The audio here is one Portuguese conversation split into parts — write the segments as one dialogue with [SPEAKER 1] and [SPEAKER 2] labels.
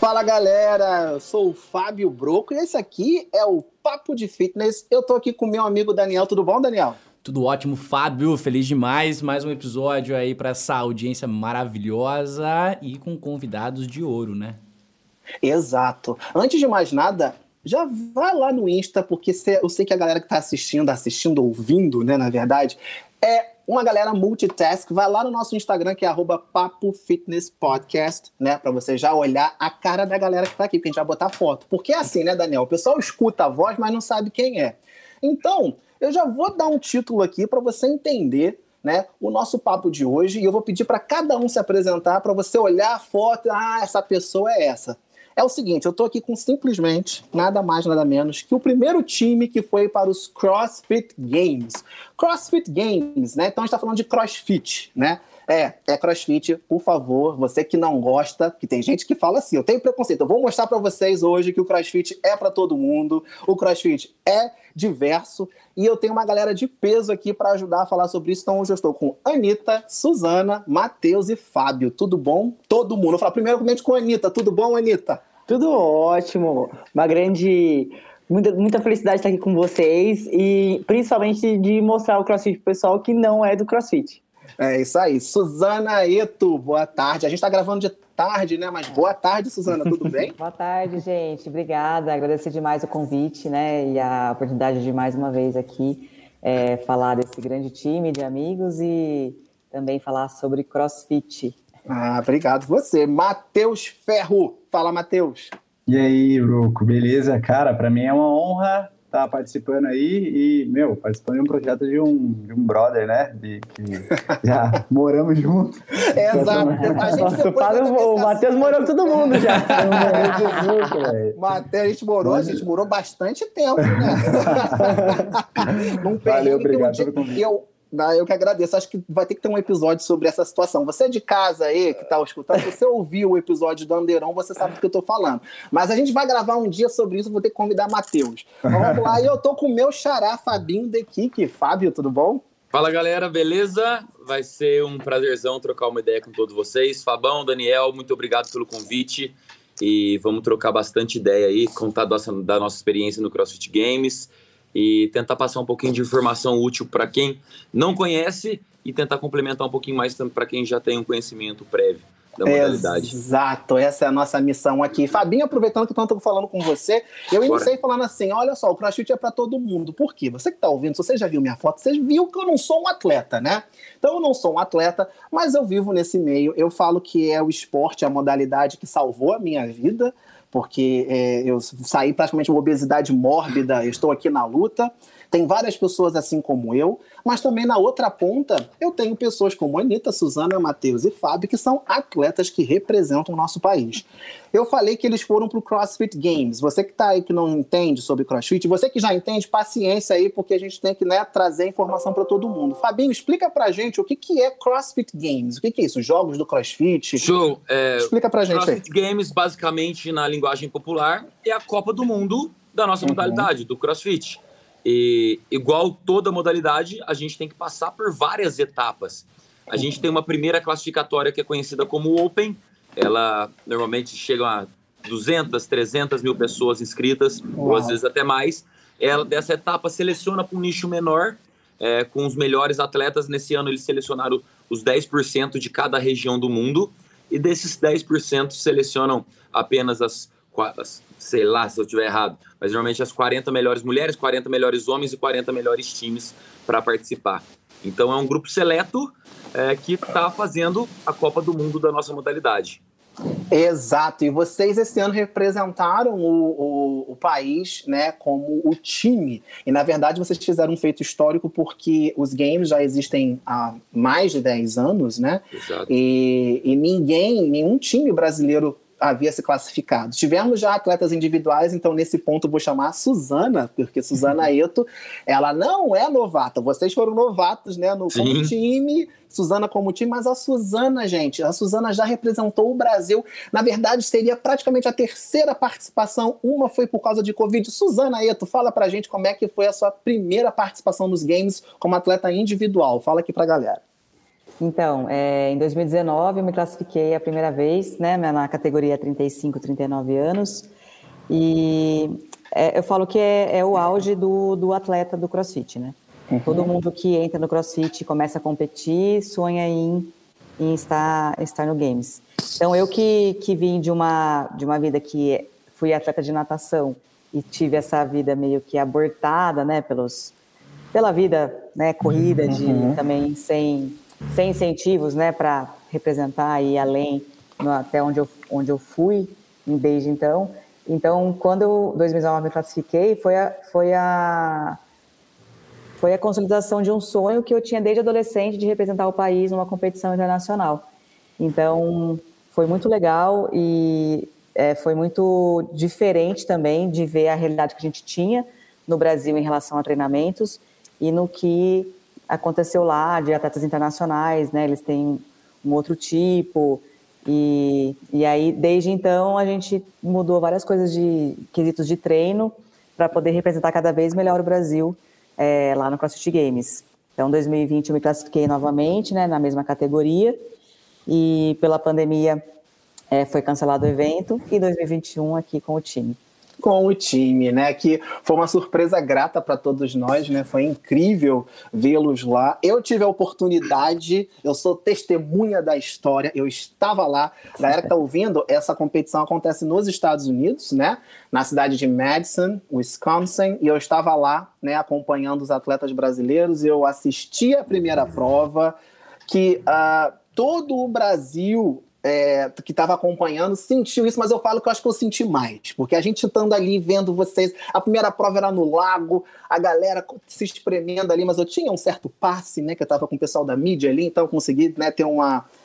[SPEAKER 1] Fala galera, eu sou o Fábio Broco e esse aqui é o Papo de Fitness. Eu tô aqui com o meu amigo Daniel, tudo bom, Daniel?
[SPEAKER 2] Tudo ótimo, Fábio, feliz demais, mais um episódio aí pra essa audiência maravilhosa e com convidados de ouro, né?
[SPEAKER 1] Exato. Antes de mais nada, já vai lá no Insta, porque eu sei que a galera que tá assistindo, ouvindo, né, na verdade, é uma galera multitask. Vai lá no nosso Instagram, que é @papofitnesspodcast, né, pra você já olhar a cara da galera que tá aqui, porque a gente vai botar foto. Porque é assim, né, Daniel? O pessoal escuta a voz, mas não sabe quem é. Então, eu já vou dar um título aqui para você entender, né, o nosso papo de hoje, e eu vou pedir para cada um se apresentar, para você olhar a foto e, essa pessoa é essa. É o seguinte, eu tô aqui com simplesmente nada mais, nada menos que o primeiro time que foi para os CrossFit Games. CrossFit Games, né? Então a gente tá falando de CrossFit, né? É CrossFit, por favor, você que não gosta, que tem gente que fala assim, eu tenho preconceito, eu vou mostrar pra vocês hoje que o CrossFit é pra todo mundo, o CrossFit é diverso, e eu tenho uma galera de peso aqui pra ajudar a falar sobre isso, então hoje eu estou com Anitta, Suzana, Matheus e Fábio, tudo bom? Todo mundo, eu vou falar primeiramente com a Anitta, tudo bom, Anitta?
[SPEAKER 3] Tudo ótimo, muita felicidade estar aqui com vocês, e principalmente de mostrar o CrossFit pro pessoal que não é do CrossFit.
[SPEAKER 1] É isso aí. Suzana Eto, boa tarde. A gente tá gravando de tarde, né? Mas boa tarde, Suzana, tudo bem?
[SPEAKER 4] Boa tarde, gente. Obrigada. Agradecer demais o convite, né? E a oportunidade de mais uma vez aqui falar desse grande time de amigos e também falar sobre CrossFit.
[SPEAKER 1] Obrigado você. Matheus Ferro. Fala, Matheus.
[SPEAKER 5] E aí, Broco, beleza? Cara, pra mim é uma honra estar participando aí e, participando de um projeto de um brother, né? Que já moramos juntos.
[SPEAKER 1] Exato.
[SPEAKER 3] O Matheus morou com todo mundo já.
[SPEAKER 1] Matheus, a gente morou bastante tempo, né?
[SPEAKER 5] Valeu, obrigado pelo convite.
[SPEAKER 1] Eu que agradeço. Acho que vai ter que ter um episódio sobre essa situação. Você de casa aí, que tá escutando, se você ouviu o episódio do Anderon, você sabe do que eu tô falando. Mas a gente vai gravar um dia sobre isso, vou ter que convidar Matheus. Vamos lá, e eu tô com o meu xará, Fabinho de Kiki. Fábio, tudo bom?
[SPEAKER 6] Fala, galera, beleza? Vai ser um prazerzão trocar uma ideia com todos vocês. Fabão, Daniel, muito obrigado pelo convite. E vamos trocar bastante ideia aí, contar da nossa experiência no CrossFit Games e tentar passar um pouquinho de informação útil para quem não conhece e tentar complementar um pouquinho mais para quem já tem um conhecimento prévio da modalidade.
[SPEAKER 1] Exato, essa é a nossa missão aqui. Fabinho, aproveitando que eu estou falando com você, eu iniciei falando assim, olha só, o CrossFit é para todo mundo. Por quê? Você que está ouvindo, se você já viu minha foto, você viu que eu não sou um atleta, né? Então eu não sou um atleta, mas eu vivo nesse meio. Eu falo que é o esporte, a modalidade que salvou a minha vida, porque eu saí praticamente uma obesidade mórbida, eu estou aqui na luta. Tem várias pessoas assim como eu, mas também na outra ponta eu tenho pessoas como Anitta, Suzana, Matheus e Fábio, que são atletas que representam o nosso país. Eu falei que eles foram para o CrossFit Games. Você que está aí que não entende sobre CrossFit, você que já entende, paciência aí, porque a gente tem que trazer informação para todo mundo. Fabinho, explica pra gente o que é CrossFit Games. O que é isso? Jogos do CrossFit?
[SPEAKER 6] Show!
[SPEAKER 1] Explica pra gente
[SPEAKER 6] CrossFit
[SPEAKER 1] aí.
[SPEAKER 6] Games, basicamente, na linguagem popular, é a Copa do Mundo da nossa modalidade, do CrossFit. E, igual toda modalidade, a gente tem que passar por várias etapas. A gente tem uma primeira classificatória que é conhecida como Open. Ela normalmente chega a 200, 300 mil pessoas inscritas, ou às vezes até mais. Ela, dessa etapa, seleciona para um nicho menor, com os melhores atletas. Nesse ano, eles selecionaram os 10% de cada região do mundo. E desses 10%, selecionam apenas sei lá se eu estiver errado, mas normalmente as 40 melhores mulheres, 40 melhores homens e 40 melhores times para participar. Então é um grupo seleto que está fazendo a Copa do Mundo da nossa modalidade.
[SPEAKER 1] Exato, e vocês esse ano representaram o país, né, como o time, e na verdade vocês fizeram um feito histórico porque os games já existem há mais de 10 anos, né?
[SPEAKER 6] Exato.
[SPEAKER 1] E nenhum time brasileiro havia se classificado. Tivemos já atletas individuais, então nesse ponto eu vou chamar a Suzana, porque Suzana Eto, ela não é novata. Vocês foram novatos, né, como time, Suzana como time, mas a Suzana, gente, a Suzana já representou o Brasil. Na verdade, seria praticamente a terceira participação. Uma foi por causa de Covid. Suzana Eto, fala pra gente como é que foi a sua primeira participação nos games como atleta individual. Fala aqui pra galera.
[SPEAKER 4] Então, em 2019 eu me classifiquei a primeira vez, né, na categoria 35, 39 anos, e eu falo que é o auge do atleta do CrossFit, né? Todo mundo que entra no CrossFit e começa a competir sonha em estar no Games. Então, eu que vim de uma vida que fui atleta de natação e tive essa vida meio que abortada, né, pela vida, né, corrida, também sem incentivos, né, para representar e ir além, até onde eu fui desde então. Então, quando eu, em 2019, me classifiquei, foi a consolidação de um sonho que eu tinha desde adolescente de representar o país numa competição internacional. Então, foi muito legal e foi muito diferente também de ver a realidade que a gente tinha no Brasil em relação a treinamentos e no que aconteceu lá de atletas internacionais, né? Eles têm um outro tipo e aí, desde então, a gente mudou várias coisas de quesitos de treino para poder representar cada vez melhor o Brasil lá no CrossFit Games. Então, em 2020 eu me classifiquei novamente, né, na mesma categoria, e pela pandemia foi cancelado o evento, e 2021 aqui com o time.
[SPEAKER 1] Com o time, né? Que foi uma surpresa grata para todos nós, né? Foi incrível vê-los lá. Eu tive a oportunidade, eu sou testemunha da história, eu estava lá. A galera que está ouvindo, essa competição acontece nos Estados Unidos, né? Na cidade de Madison, Wisconsin, e eu estava lá, né? Acompanhando os atletas brasileiros. Eu assisti a primeira prova, que todo o Brasil que estava acompanhando sentiu isso, mas eu falo que eu acho que eu senti mais, porque a gente estando ali vendo vocês, a primeira prova era no lago, a galera se espremendo ali, mas eu tinha um certo passe, né, que eu estava com o pessoal da mídia ali, então eu consegui, né, ter um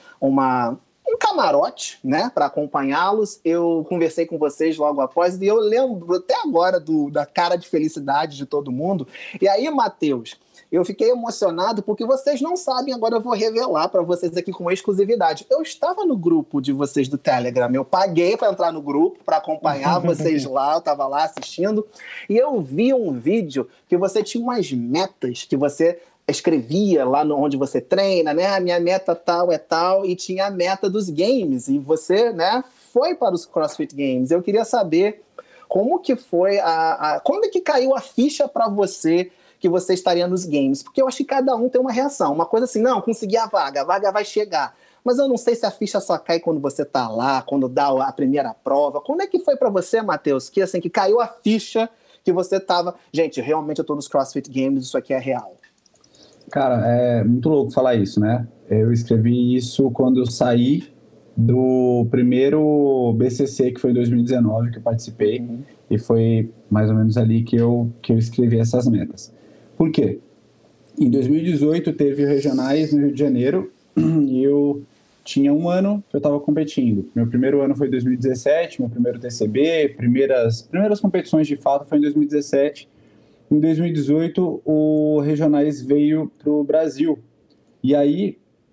[SPEAKER 1] camarote, né, para acompanhá-los. Eu conversei com vocês logo após e eu lembro até agora da cara de felicidade de todo mundo. E aí, Matheus, eu fiquei emocionado porque vocês não sabem, agora eu vou revelar para vocês aqui com exclusividade. Eu estava no grupo de vocês do Telegram, eu paguei para entrar no grupo, para acompanhar vocês lá, eu estava lá assistindo, e eu vi um vídeo que você tinha umas metas que você escrevia lá onde você treina, né? A minha meta tal é tal, e tinha a meta dos games, e você, né, foi para os CrossFit Games. Eu queria saber como que foi quando é que caiu a ficha para você que você estaria nos games, porque eu acho que cada um tem uma reação, uma coisa assim, não, consegui a vaga vai chegar, mas eu não sei se a ficha só cai quando você tá lá, quando dá a primeira prova. Quando é que foi para você, Matheus, que assim, que caiu a ficha que você tava, gente, realmente eu tô nos CrossFit Games, isso aqui é real?
[SPEAKER 5] Cara, é muito louco falar isso, né? Eu escrevi isso quando eu saí do primeiro BCC, que foi em 2019, que eu participei, e foi mais ou menos ali que eu escrevi essas metas. Por quê? Em 2018 teve regionais no Rio de Janeiro e eu tinha um ano que eu estava competindo. Meu primeiro ano foi em 2017, meu primeiro TCB, primeiras competições de fato foi em 2017. Em 2018 o regionais veio para o Brasil. E aí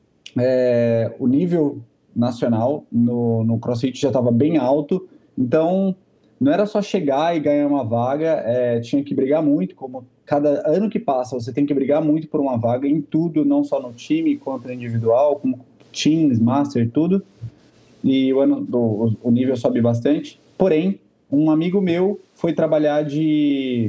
[SPEAKER 5] o nível nacional no CrossFit já estava bem alto, então não era só chegar e ganhar uma vaga, tinha que brigar muito, como cada ano que passa você tem que brigar muito por uma vaga em tudo, não só no time, quanto no individual, como teams, master, tudo, e o nível sobe bastante. Porém, um amigo meu foi trabalhar de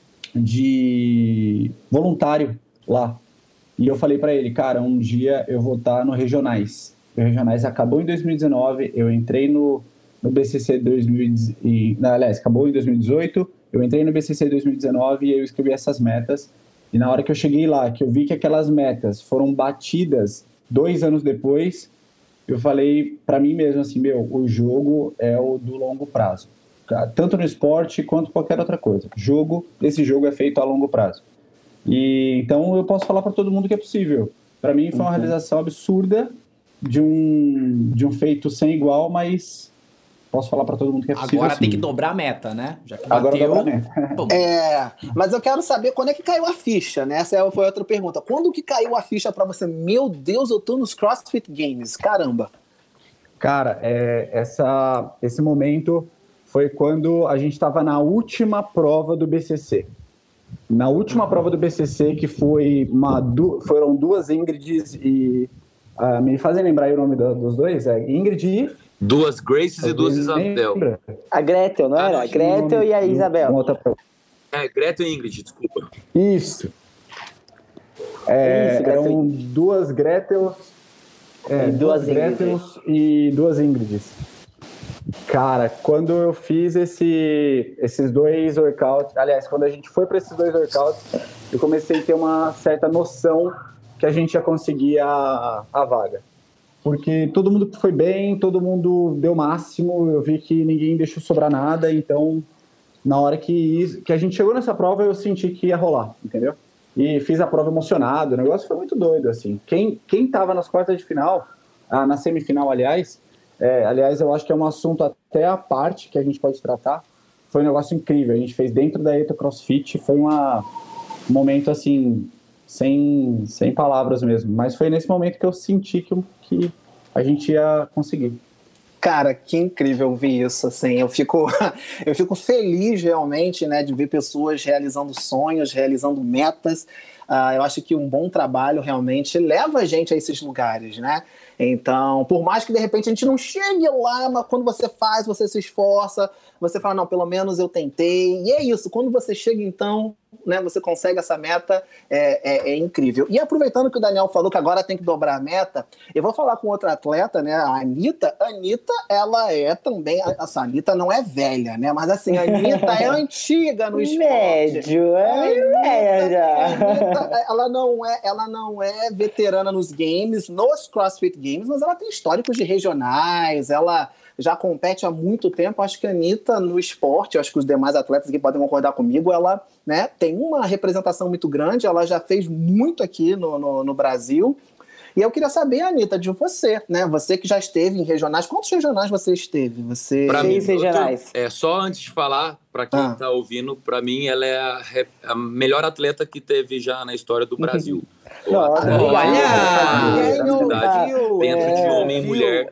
[SPEAKER 5] voluntário lá, e eu falei para ele, cara, um dia eu vou estar no regionais. O regionais acabou em 2019, eu entrei no BCC acabou em 2018, eu entrei no BCC 2019 e eu escrevi essas metas, e na hora que eu cheguei lá, que eu vi que aquelas metas foram batidas 2 anos depois, eu falei para mim mesmo assim, o jogo é o do longo prazo, tanto no esporte quanto qualquer outra coisa, esse jogo é feito a longo prazo, e então eu posso falar para todo mundo que é possível. Para mim foi uma realização absurda de um feito sem igual, mas posso falar para todo mundo que é possível.
[SPEAKER 2] Agora
[SPEAKER 5] assim.
[SPEAKER 2] tem que dobrar a meta, né? Já que
[SPEAKER 5] agora
[SPEAKER 2] bateu...
[SPEAKER 5] dobra a meta.
[SPEAKER 1] Mas eu quero saber quando é que caiu a ficha, né? Essa foi outra pergunta. Quando que caiu a ficha para você? Meu Deus, eu tô nos CrossFit Games, caramba.
[SPEAKER 5] Cara, esse momento foi quando a gente estava na última prova do BCC. Na última prova do BCC, que foram 2 Ingrids e Me fazem lembrar aí o nome dos dois? É Ingrid e...
[SPEAKER 6] Duas Graces e duas Isabel.
[SPEAKER 5] Lembra?
[SPEAKER 3] A Gretel, não era? A Gretel e a Isabel.
[SPEAKER 6] Gretel e Ingrid, desculpa.
[SPEAKER 5] Isso. Eram duas Gretels... duas Gretels e duas Ingrids. Cara, quando eu fiz esses dois workouts... Aliás, quando a gente foi para esses dois workouts, eu comecei a ter uma certa noção que a gente ia conseguir a vaga. Porque todo mundo foi bem, todo mundo deu o máximo, eu vi que ninguém deixou sobrar nada, então na hora que a gente chegou nessa prova eu senti que ia rolar, entendeu? E fiz a prova emocionado, o negócio foi muito doido, assim. Quem tava nas quartas de final, na semifinal, aliás, eu acho que é um assunto até à parte que a gente pode tratar, foi um negócio incrível, a gente fez dentro da Eto CrossFit, foi um momento assim... Sem palavras mesmo. Mas foi nesse momento que eu senti que a gente ia conseguir.
[SPEAKER 1] Cara, que incrível ouvir isso, assim, eu fico feliz realmente, né, de ver pessoas realizando sonhos, realizando metas. Eu acho que um bom trabalho realmente leva a gente a esses lugares, né? Então, por mais que de repente a gente não chegue lá, mas quando você faz, você se esforça, você fala, não, pelo menos eu tentei. E é isso, quando você chega então, né, você consegue essa meta, é incrível. E aproveitando que o Daniel falou que agora tem que dobrar a meta, eu vou falar com outra atleta, né, a Anitta. A Anitta, ela é também, a Anitta não é velha, né, mas assim, a Anitta é antiga no esporte.
[SPEAKER 3] Médio,
[SPEAKER 1] ela não é veterana nos games, nos CrossFit Games, mas ela tem históricos de regionais, ela já compete há muito tempo. Acho que a Anitta no esporte, acho que os demais atletas aqui podem concordar comigo, ela, né, tem uma representação muito grande, ela já fez muito aqui no Brasil. E eu queria saber, Anitta, de você, né? Você que já esteve em regionais. Quantos regionais você esteve?
[SPEAKER 6] Para mim,
[SPEAKER 3] regionais.
[SPEAKER 6] Só antes de falar, para quem está ouvindo, para mim ela é a melhor atleta que teve já na história do Brasil.
[SPEAKER 3] Nossa,
[SPEAKER 6] dentro de homem e mulher.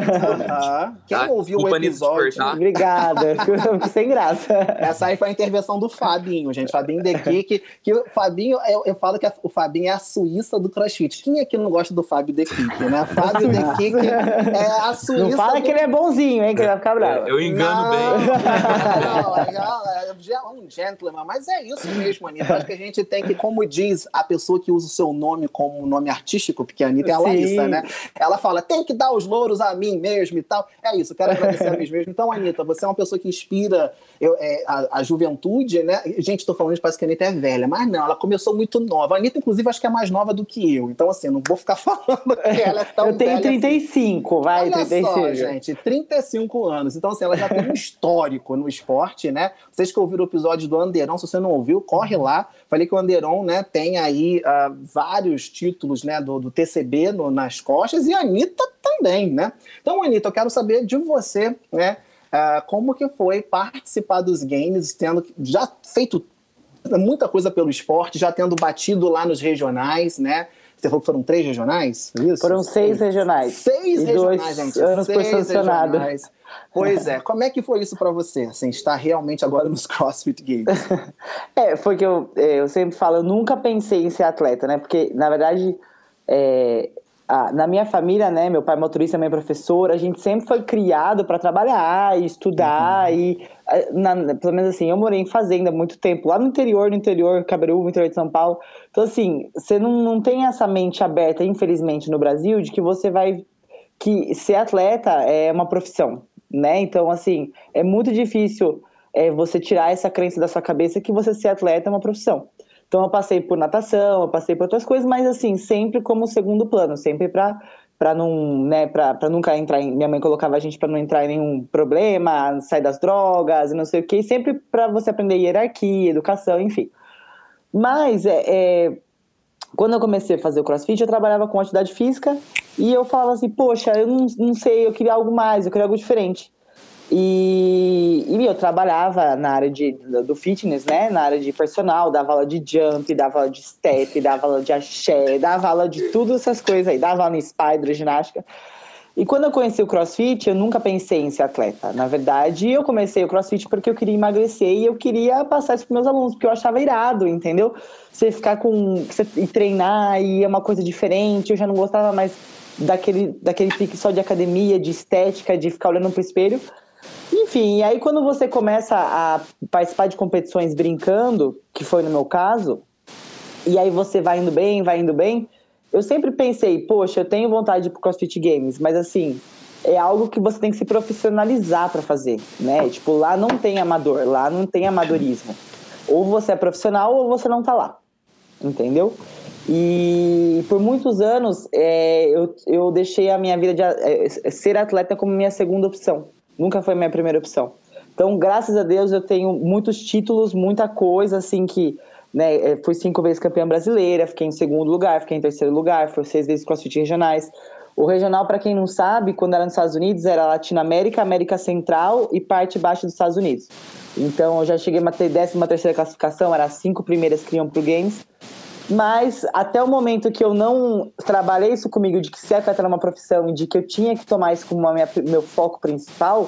[SPEAKER 1] Quem ouviu o episódio?
[SPEAKER 3] Obrigada, fico sem graça.
[SPEAKER 1] Essa aí foi a intervenção do Fabinho, gente. Fabinho The Kick. Que o Fabinho, eu falo que o Fabinho é a Suíça do CrossFit. Quem aqui não gosta do Fábio The Kick, né? Fábio The Kick é a Suíça.
[SPEAKER 3] Não fala que ele é bonzinho, hein? Que ele vai ficar bravo.
[SPEAKER 6] Eu engano bem.
[SPEAKER 1] Já é um gentleman, mas é isso mesmo, Anitta. Acho que a gente tem que, como diz a pessoa que usa o seu nome como nome artístico, porque a Anitta é a Larissa, né? Ela fala, tem que dar os louros a mim mesmo e tal. É isso, quero agradecer a mim mesmo. Então, Anitta, você é uma pessoa que inspira a juventude, né? Gente, tô falando isso, parece que a Anitta é velha, mas não, ela começou muito nova. A Anitta, inclusive, acho que é mais nova do que eu. Então, assim, não vou ficar falando que ela é tão velha.
[SPEAKER 3] Eu tenho 35, assim.
[SPEAKER 1] Olha
[SPEAKER 3] 35.
[SPEAKER 1] só, gente, 35 anos. Então, assim, ela já tem um histórico no esporte, né? Vocês que ouviram o episódio do Anderon, se você não ouviu, corre lá. Falei que o Anderon, né, tem aí vários títulos, né, do TCB nas costas, e a Anitta também, né? Então, Anitta, eu quero saber de você, né, como que foi participar dos games, tendo já feito muita coisa pelo esporte, já tendo batido lá nos regionais, né? Você falou que foram 3 regionais? Foi isso?
[SPEAKER 3] Foram 6 regionais.
[SPEAKER 1] 6 regionais, gente.
[SPEAKER 3] 2 anos foi sancionado.
[SPEAKER 1] Pois é. Como é que foi isso pra você, assim, estar realmente agora nos CrossFit Games?
[SPEAKER 3] Foi que eu sempre falo, eu nunca pensei em ser atleta, né? Porque, na verdade, na minha família, né? Meu pai é motorista, minha mãe é professora, a gente sempre foi criado para trabalhar e estudar. E, pelo menos assim, eu morei em fazenda há muito tempo, lá no interior, Caberuba, no interior de São Paulo. Então, assim, você não tem essa mente aberta, infelizmente, no Brasil, de que você que ser atleta é uma profissão, né? Então, assim, é muito difícil você tirar essa crença da sua cabeça que você ser atleta é uma profissão. Então, eu passei por natação, eu passei por outras coisas, mas, assim, sempre como segundo plano, sempre para não, né, para nunca entrar minha mãe colocava a gente para não entrar em nenhum problema, sair das drogas e não sei o quê, sempre para você aprender hierarquia, educação, enfim. Mas, quando eu comecei a fazer o CrossFit, eu trabalhava com atividade física e eu falava assim, poxa, eu não sei, eu queria algo mais, eu queria algo diferente. E eu trabalhava na área do fitness, né? Na área de personal, dava aula de jump, dava aula de step, dava aula de axé, dava aula de tudo essas coisas aí, dava aula em spa, hidroginástica. E quando eu conheci o CrossFit, eu nunca pensei em ser atleta. Na verdade, eu comecei o CrossFit porque eu queria emagrecer e eu queria passar isso para meus alunos, porque eu achava irado, entendeu? Você ficar e treinar e é uma coisa diferente, eu já não gostava mais daquele pique só de academia, de estética, de ficar olhando pro espelho. Enfim, e aí quando você começa a participar de competições brincando, que foi no meu caso, e aí você vai indo bem, eu sempre pensei, poxa, eu tenho vontade de ir pro CrossFit Games, mas assim, é algo que você tem que se profissionalizar para fazer, né? Tipo, lá não tem amador, lá não tem amadorismo. Ou você é profissional ou você não tá lá, entendeu? E por muitos anos eu deixei a minha vida de ser atleta como minha segunda opção. Nunca foi minha primeira opção. Então, graças a Deus, eu tenho muitos títulos, muita coisa, assim, que... né, fui 5 vezes campeã brasileira, fiquei em segundo lugar, fiquei em terceiro lugar, fui 6 vezes CrossFit regionais. O regional, para quem não sabe, quando era nos Estados Unidos, era Latinoamérica, América Central e parte baixa dos Estados Unidos. Então, eu já cheguei a ter 13ª classificação, era as 5 primeiras que iam pro Games. Mas, até o momento que eu não trabalhei isso comigo, de que ser atleta era uma profissão e de que eu tinha que tomar isso como meu foco principal,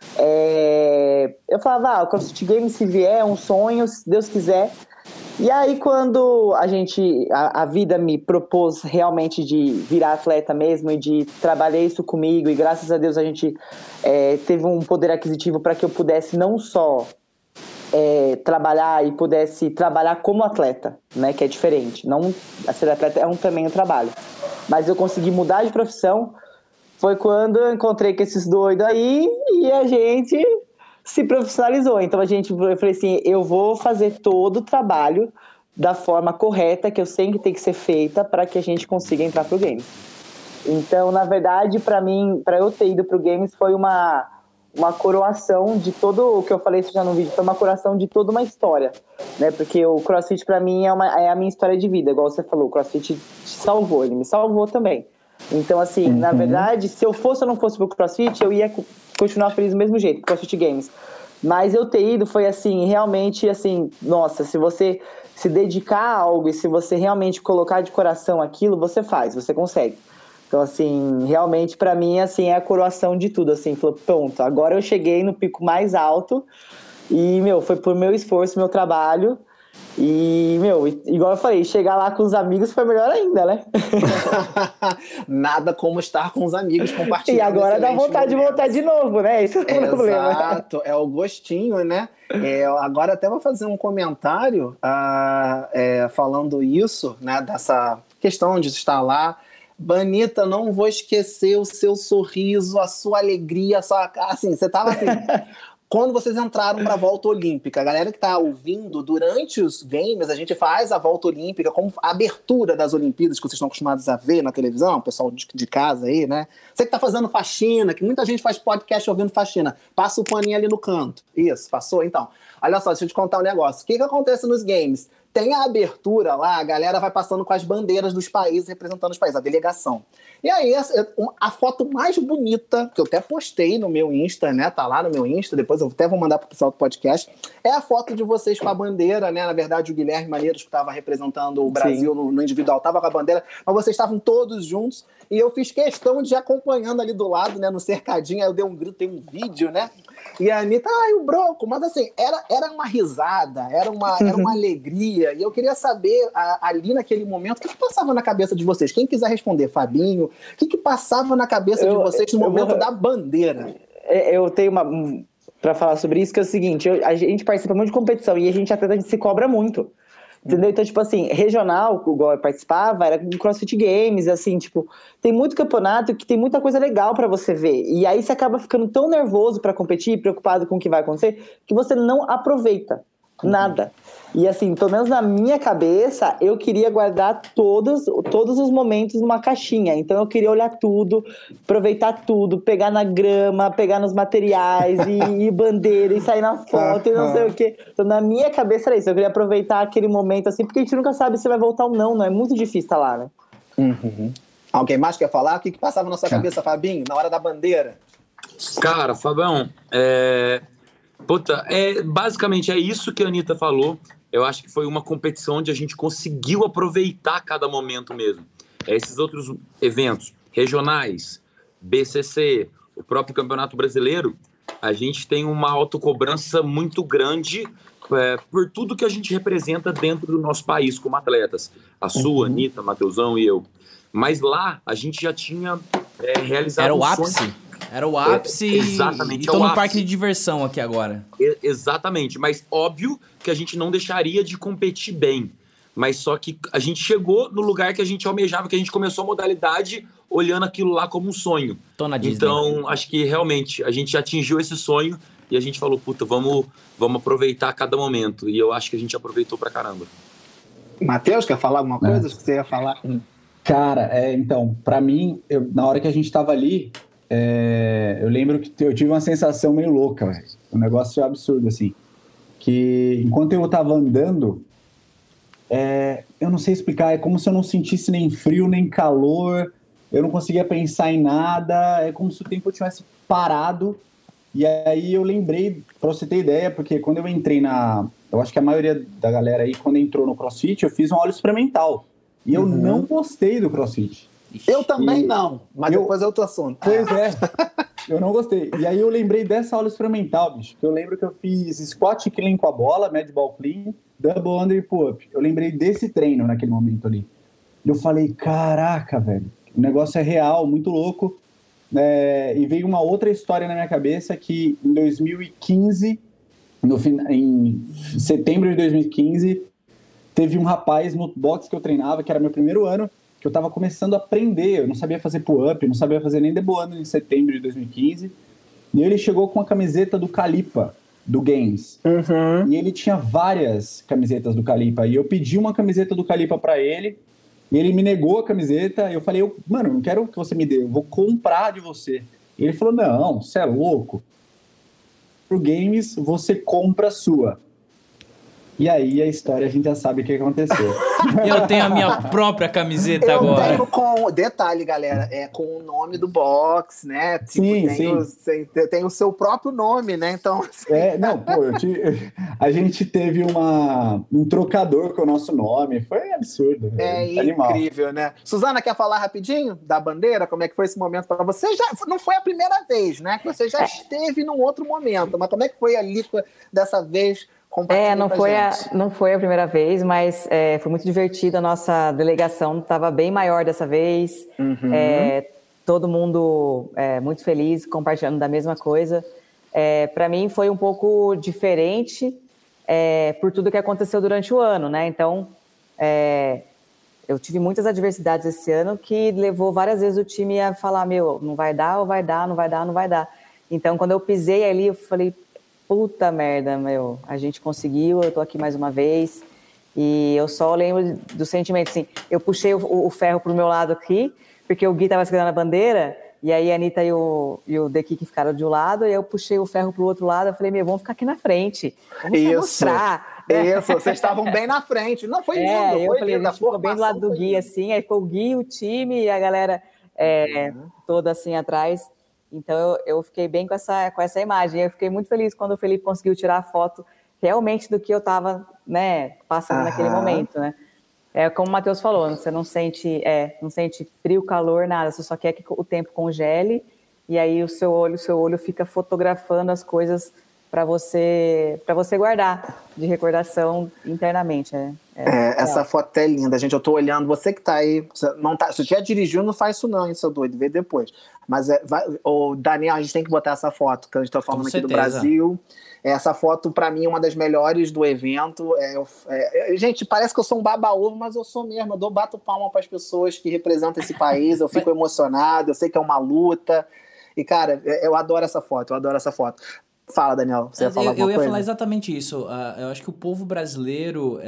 [SPEAKER 3] eu falava, o CrossFit Games, se vier, é um sonho, se Deus quiser. E aí, quando a vida me propôs realmente de virar atleta mesmo e de trabalhar isso comigo, e graças a Deus a gente teve um poder aquisitivo para que eu pudesse não só trabalhar e pudesse trabalhar como atleta, né, que é diferente. Não, ser atleta também um trabalho. Mas eu consegui mudar de profissão, foi quando eu encontrei com esses doidos aí e a gente se profissionalizou. Então eu falei assim, eu vou fazer todo o trabalho da forma correta que eu sei que tem que ser feita para que a gente consiga entrar pro Games. Então, na verdade, para mim, para eu ter ido pro Games foi uma coroação de todo o que eu falei isso já no vídeo, foi uma coroação de toda uma história, né? Porque o CrossFit para mim é a minha história de vida, igual você falou, o CrossFit te salvou, ele me salvou também. Então, assim, na verdade, se eu fosse ou não fosse pro CrossFit, eu ia continuar feliz do mesmo jeito, CrossFit Games. Mas eu ter ido foi, assim, realmente, assim, nossa, se você se dedicar a algo e se você realmente colocar de coração aquilo, você faz, você consegue. Então, assim, realmente, pra mim, assim, é a coroação de tudo, assim, falou, pronto, agora eu cheguei no pico mais alto e, foi por meu esforço, meu trabalho e, igual eu falei, chegar lá com os amigos foi melhor ainda, né?
[SPEAKER 1] Nada como estar com os amigos compartilhando.
[SPEAKER 3] E agora dá vontade de voltar de novo, né? Isso é o problema.
[SPEAKER 1] Exato, é o gostinho, né? Agora até vou fazer um comentário falando isso, né? Dessa questão de estar lá. Banita, não vou esquecer o seu sorriso, a sua alegria, assim, você tava assim... Quando vocês entraram para a volta olímpica, a galera que está ouvindo, durante os games, a gente faz a volta olímpica como a abertura das Olimpíadas, que vocês estão acostumados a ver na televisão, o pessoal de casa aí, né? Você que está fazendo faxina, que muita gente faz podcast ouvindo faxina, passa o paninho ali no canto. Isso, passou? Então, olha só, deixa eu te contar um negócio. O que acontece nos games? Tem a abertura lá, a galera vai passando com as bandeiras dos países, representando os países, a delegação. E aí, a foto mais bonita, que eu até postei no meu Insta, né? Tá lá no meu Insta, depois eu até vou mandar pro pessoal do podcast, é a foto de vocês com a bandeira, né? Na verdade, o Guilherme Maneiros, que estava representando o Brasil no individual, tava com a bandeira, mas vocês estavam todos juntos, e eu fiz questão de ir acompanhando ali do lado, né? No cercadinho, aí eu dei um grito, tem um vídeo, né? E a Anitta, o Bronco, mas assim, era uma risada, era uma alegria, e eu queria saber, ali naquele momento, o que passava na cabeça de vocês? Quem quiser responder, Fabinho, o que passava na cabeça de vocês no momento da bandeira?
[SPEAKER 3] Eu tenho para falar sobre isso, que é o seguinte, a gente participa muito de competição, e a gente se cobra muito. Entendeu? Então, tipo assim, regional, igual eu participava, era com CrossFit Games, assim, tipo, tem muito campeonato que tem muita coisa legal pra você ver. E aí você acaba ficando tão nervoso pra competir, preocupado com o que vai acontecer, que você não aproveita nada. E assim, pelo menos na minha cabeça, eu queria guardar todos os momentos numa caixinha. Então eu queria olhar tudo, aproveitar tudo, pegar na grama, pegar nos materiais, e bandeira, e sair na foto, e não sei o quê. Então na minha cabeça era isso, eu queria aproveitar aquele momento assim, porque a gente nunca sabe se vai voltar ou não é muito difícil estar lá, né?
[SPEAKER 1] Alguém mais quer falar? O que passava na sua cabeça, Fabinho, na hora da bandeira?
[SPEAKER 6] Cara, Fabão, basicamente é isso que a Anitta falou. Eu acho que foi uma competição onde a gente conseguiu aproveitar cada momento mesmo. Esses outros eventos regionais, BCC, o próprio Campeonato Brasileiro, a gente tem uma autocobrança muito grande por tudo que a gente representa dentro do nosso país como atletas. A sua, Anitta, Mateusão e eu. Mas lá, a gente já tinha realizado
[SPEAKER 2] Era o
[SPEAKER 6] um
[SPEAKER 2] ápice.
[SPEAKER 6] sonho.
[SPEAKER 2] Era o ápice.
[SPEAKER 6] Exatamente,
[SPEAKER 2] E tô
[SPEAKER 6] é o
[SPEAKER 2] no
[SPEAKER 6] ápice.
[SPEAKER 2] parque de diversão aqui agora.
[SPEAKER 6] Exatamente, mas óbvio que a gente não deixaria de competir bem. Mas só que a gente chegou no lugar que a gente almejava, que a gente começou a modalidade olhando aquilo lá como um sonho.
[SPEAKER 2] Tô na Disney.
[SPEAKER 6] Então, acho que realmente a gente atingiu esse sonho e a gente falou, puta, vamos aproveitar cada momento. E eu acho que a gente aproveitou pra caramba.
[SPEAKER 1] Matheus, quer falar alguma coisa? Acho que você ia falar.
[SPEAKER 5] Cara, então, pra mim, na hora que a gente tava ali, eu lembro que eu tive uma sensação meio louca, velho. Um negócio absurdo, assim. Que enquanto eu tava andando, eu não sei explicar, é como se eu não sentisse nem frio, nem calor, eu não conseguia pensar em nada, é como se o tempo tivesse parado. E aí eu lembrei, pra você ter ideia, porque quando eu entrei eu acho que a maioria da galera aí, quando entrou no CrossFit, eu fiz um aula experimental. E eu não gostei do CrossFit.
[SPEAKER 1] Eu também não, mas depois é outro assunto.
[SPEAKER 5] Pois é, eu não gostei. E aí eu lembrei dessa aula experimental, bicho, que eu lembro que eu fiz squat clean com a bola, med ball clean, double under e pull-up. Eu lembrei desse treino naquele momento ali. E eu falei, caraca, velho, o negócio é real, muito louco. E veio uma outra história na minha cabeça que em 2015, em setembro de 2015, teve um rapaz no box que eu treinava, que era meu primeiro ano, que eu tava começando a aprender, eu não sabia fazer pull-up, não sabia fazer nem double under em setembro de 2015, e ele chegou com a camiseta do Calipa, do Games, e ele tinha várias camisetas do Calipa, e eu pedi uma camiseta do Calipa pra ele, e ele me negou a camiseta, e eu falei, mano, eu não quero que você me dê, eu vou comprar de você. E ele falou, não, você é louco. Pro Games, você compra a sua. E aí a história a gente já sabe o que aconteceu.
[SPEAKER 2] Eu tenho a minha própria camiseta agora.
[SPEAKER 1] Eu tenho com... Detalhe, galera, com o nome do box, né? Tipo, tem o seu próprio nome, né? Então...
[SPEAKER 5] A gente teve um trocador com o nosso nome. Foi absurdo.
[SPEAKER 1] Incrível, né? Suzana, quer falar rapidinho da bandeira? Como é que foi esse momento para você? Não foi a primeira vez, né? Que você já esteve num outro momento. Mas como é que foi ali dessa vez...
[SPEAKER 4] Não foi a primeira vez, mas foi muito divertido. A nossa delegação estava bem maior dessa vez. Todo mundo muito feliz, compartilhando da mesma coisa. Para mim foi um pouco diferente por tudo que aconteceu durante o ano, né? Então, eu tive muitas adversidades esse ano que levou várias vezes o time a falar, não vai dar, ou vai dar, não vai dar, não vai dar. Então, quando eu pisei ali, eu falei... Puta merda, a gente conseguiu, eu tô aqui mais uma vez. E eu só lembro do sentimento, assim, eu puxei o ferro pro meu lado aqui, porque o Gui tava segurando a bandeira, e aí a Anitta e o Deki que ficaram de um lado, e eu puxei o ferro pro outro lado, eu falei, vamos ficar aqui na frente, vamos mostrar.
[SPEAKER 1] Isso, vocês estavam bem na frente. Não, foi lindo,
[SPEAKER 4] foi lindo. A gente ficou bem do lado do Gui, assim, aí ficou o Gui, o time e a galera toda assim atrás. Então, eu fiquei bem com essa imagem. Eu fiquei muito feliz quando o Felipe conseguiu tirar a foto realmente do que eu estava, passando naquele momento, né? Como o Matheus falou, você não sente frio, calor, nada. Você só quer que o tempo congele e aí o seu olho fica fotografando as coisas para você guardar de recordação internamente.
[SPEAKER 1] Essa foto é linda, gente. Eu tô olhando, você que tá aí, se já dirigiu, não faz isso não, hein, seu doido, vê depois. Mas, Daniel, a gente tem que botar essa foto, que a gente tá falando aqui do Brasil. Essa foto, pra mim, é uma das melhores do evento. Gente, parece que eu sou um baba-ovo, mas eu sou mesmo. Eu bato palma pras pessoas que representam esse país, eu fico emocionado, eu sei que é uma luta. E, cara, eu adoro essa foto, Fala, Daniel, você ia falar alguma coisa?
[SPEAKER 2] Eu ia falar exatamente isso. Eu acho que o povo brasileiro,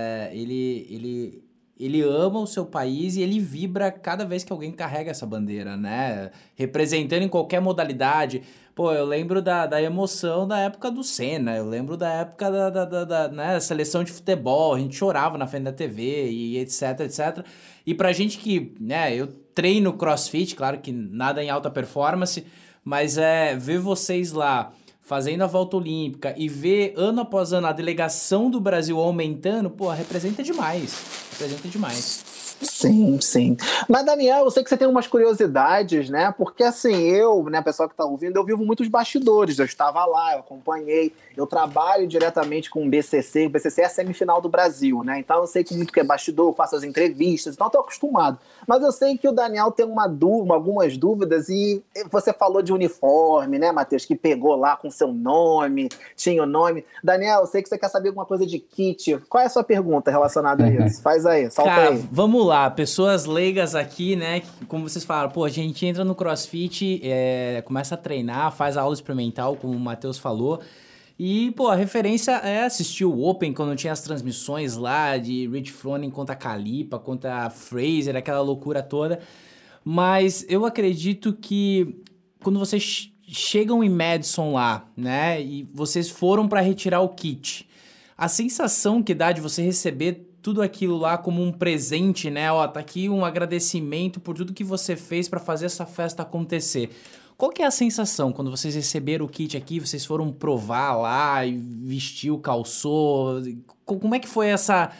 [SPEAKER 2] ele ama o seu país e ele vibra cada vez que alguém carrega essa bandeira, né? Representando em qualquer modalidade. Pô, eu lembro da emoção da época do Senna, eu lembro da época da seleção de futebol, a gente chorava na frente da TV e etc, etc. E pra gente que, eu treino CrossFit, claro que nada em alta performance, mas ver vocês lá fazendo a volta olímpica e ver ano após ano a delegação do Brasil aumentando, pô, representa demais. Representa demais.
[SPEAKER 1] Sim, sim. Mas, Daniel, eu sei que você tem umas curiosidades, né? Porque, assim, eu, né, pessoal que tá ouvindo, eu vivo muitos bastidores. Eu estava lá, eu acompanhei, eu trabalho diretamente com o BCC. O BCC é a semifinal do Brasil, né? Então, eu sei que muito que é bastidor, eu faço as entrevistas, então eu tô acostumado. Mas eu sei que o Daniel tem algumas dúvidas e você falou de uniforme, né, Matheus? Que pegou lá com seu nome, tinha o nome. Daniel, eu sei que você quer saber alguma coisa de kit. Qual é a sua pergunta relacionada a isso? Faz aí, solta aí.
[SPEAKER 2] Vamos lá, pessoas leigas aqui, né, como vocês falaram, pô, a gente entra no CrossFit, começa a treinar, faz a aula experimental, como o Matheus falou, e, pô, a referência é assistir o Open, quando tinha as transmissões lá de Rich Froning contra a Khalipa, contra a Fraser, aquela loucura toda, mas eu acredito que quando vocês chegam em Madison lá, né, e vocês foram para retirar o kit, a sensação que dá de você receber tudo aquilo lá como um presente, né? Ó, tá aqui um agradecimento por tudo que você fez para fazer essa festa acontecer. Qual que é a sensação quando vocês receberam o kit aqui, vocês foram provar lá e vestiu, calçou? Como é que foi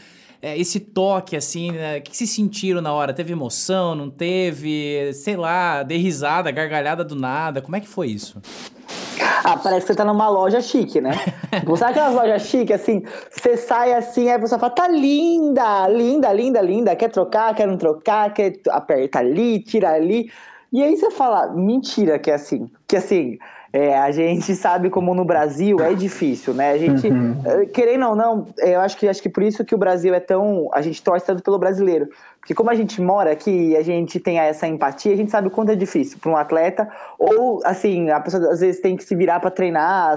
[SPEAKER 2] esse toque, assim, né? O que vocês sentiram na hora? Teve emoção, não teve? Sei lá, dei risada, gargalhada do nada. Como é que foi isso?
[SPEAKER 3] Parece que você tá numa loja chique, né? Sabe aquelas lojas chiques, assim, você sai assim, aí a pessoa fala, tá linda, linda, linda, linda, quer trocar, quer não trocar, quer apertar ali, tira ali. E aí você fala, mentira que é assim. Que assim, a gente sabe como no Brasil é difícil, né? A gente, querendo ou não, eu acho que por isso que o Brasil a gente torce tanto pelo brasileiro. Porque como a gente mora aqui e a gente tem essa empatia, a gente sabe o quanto é difícil para um atleta, ou assim, a pessoa às vezes tem que se virar para treinar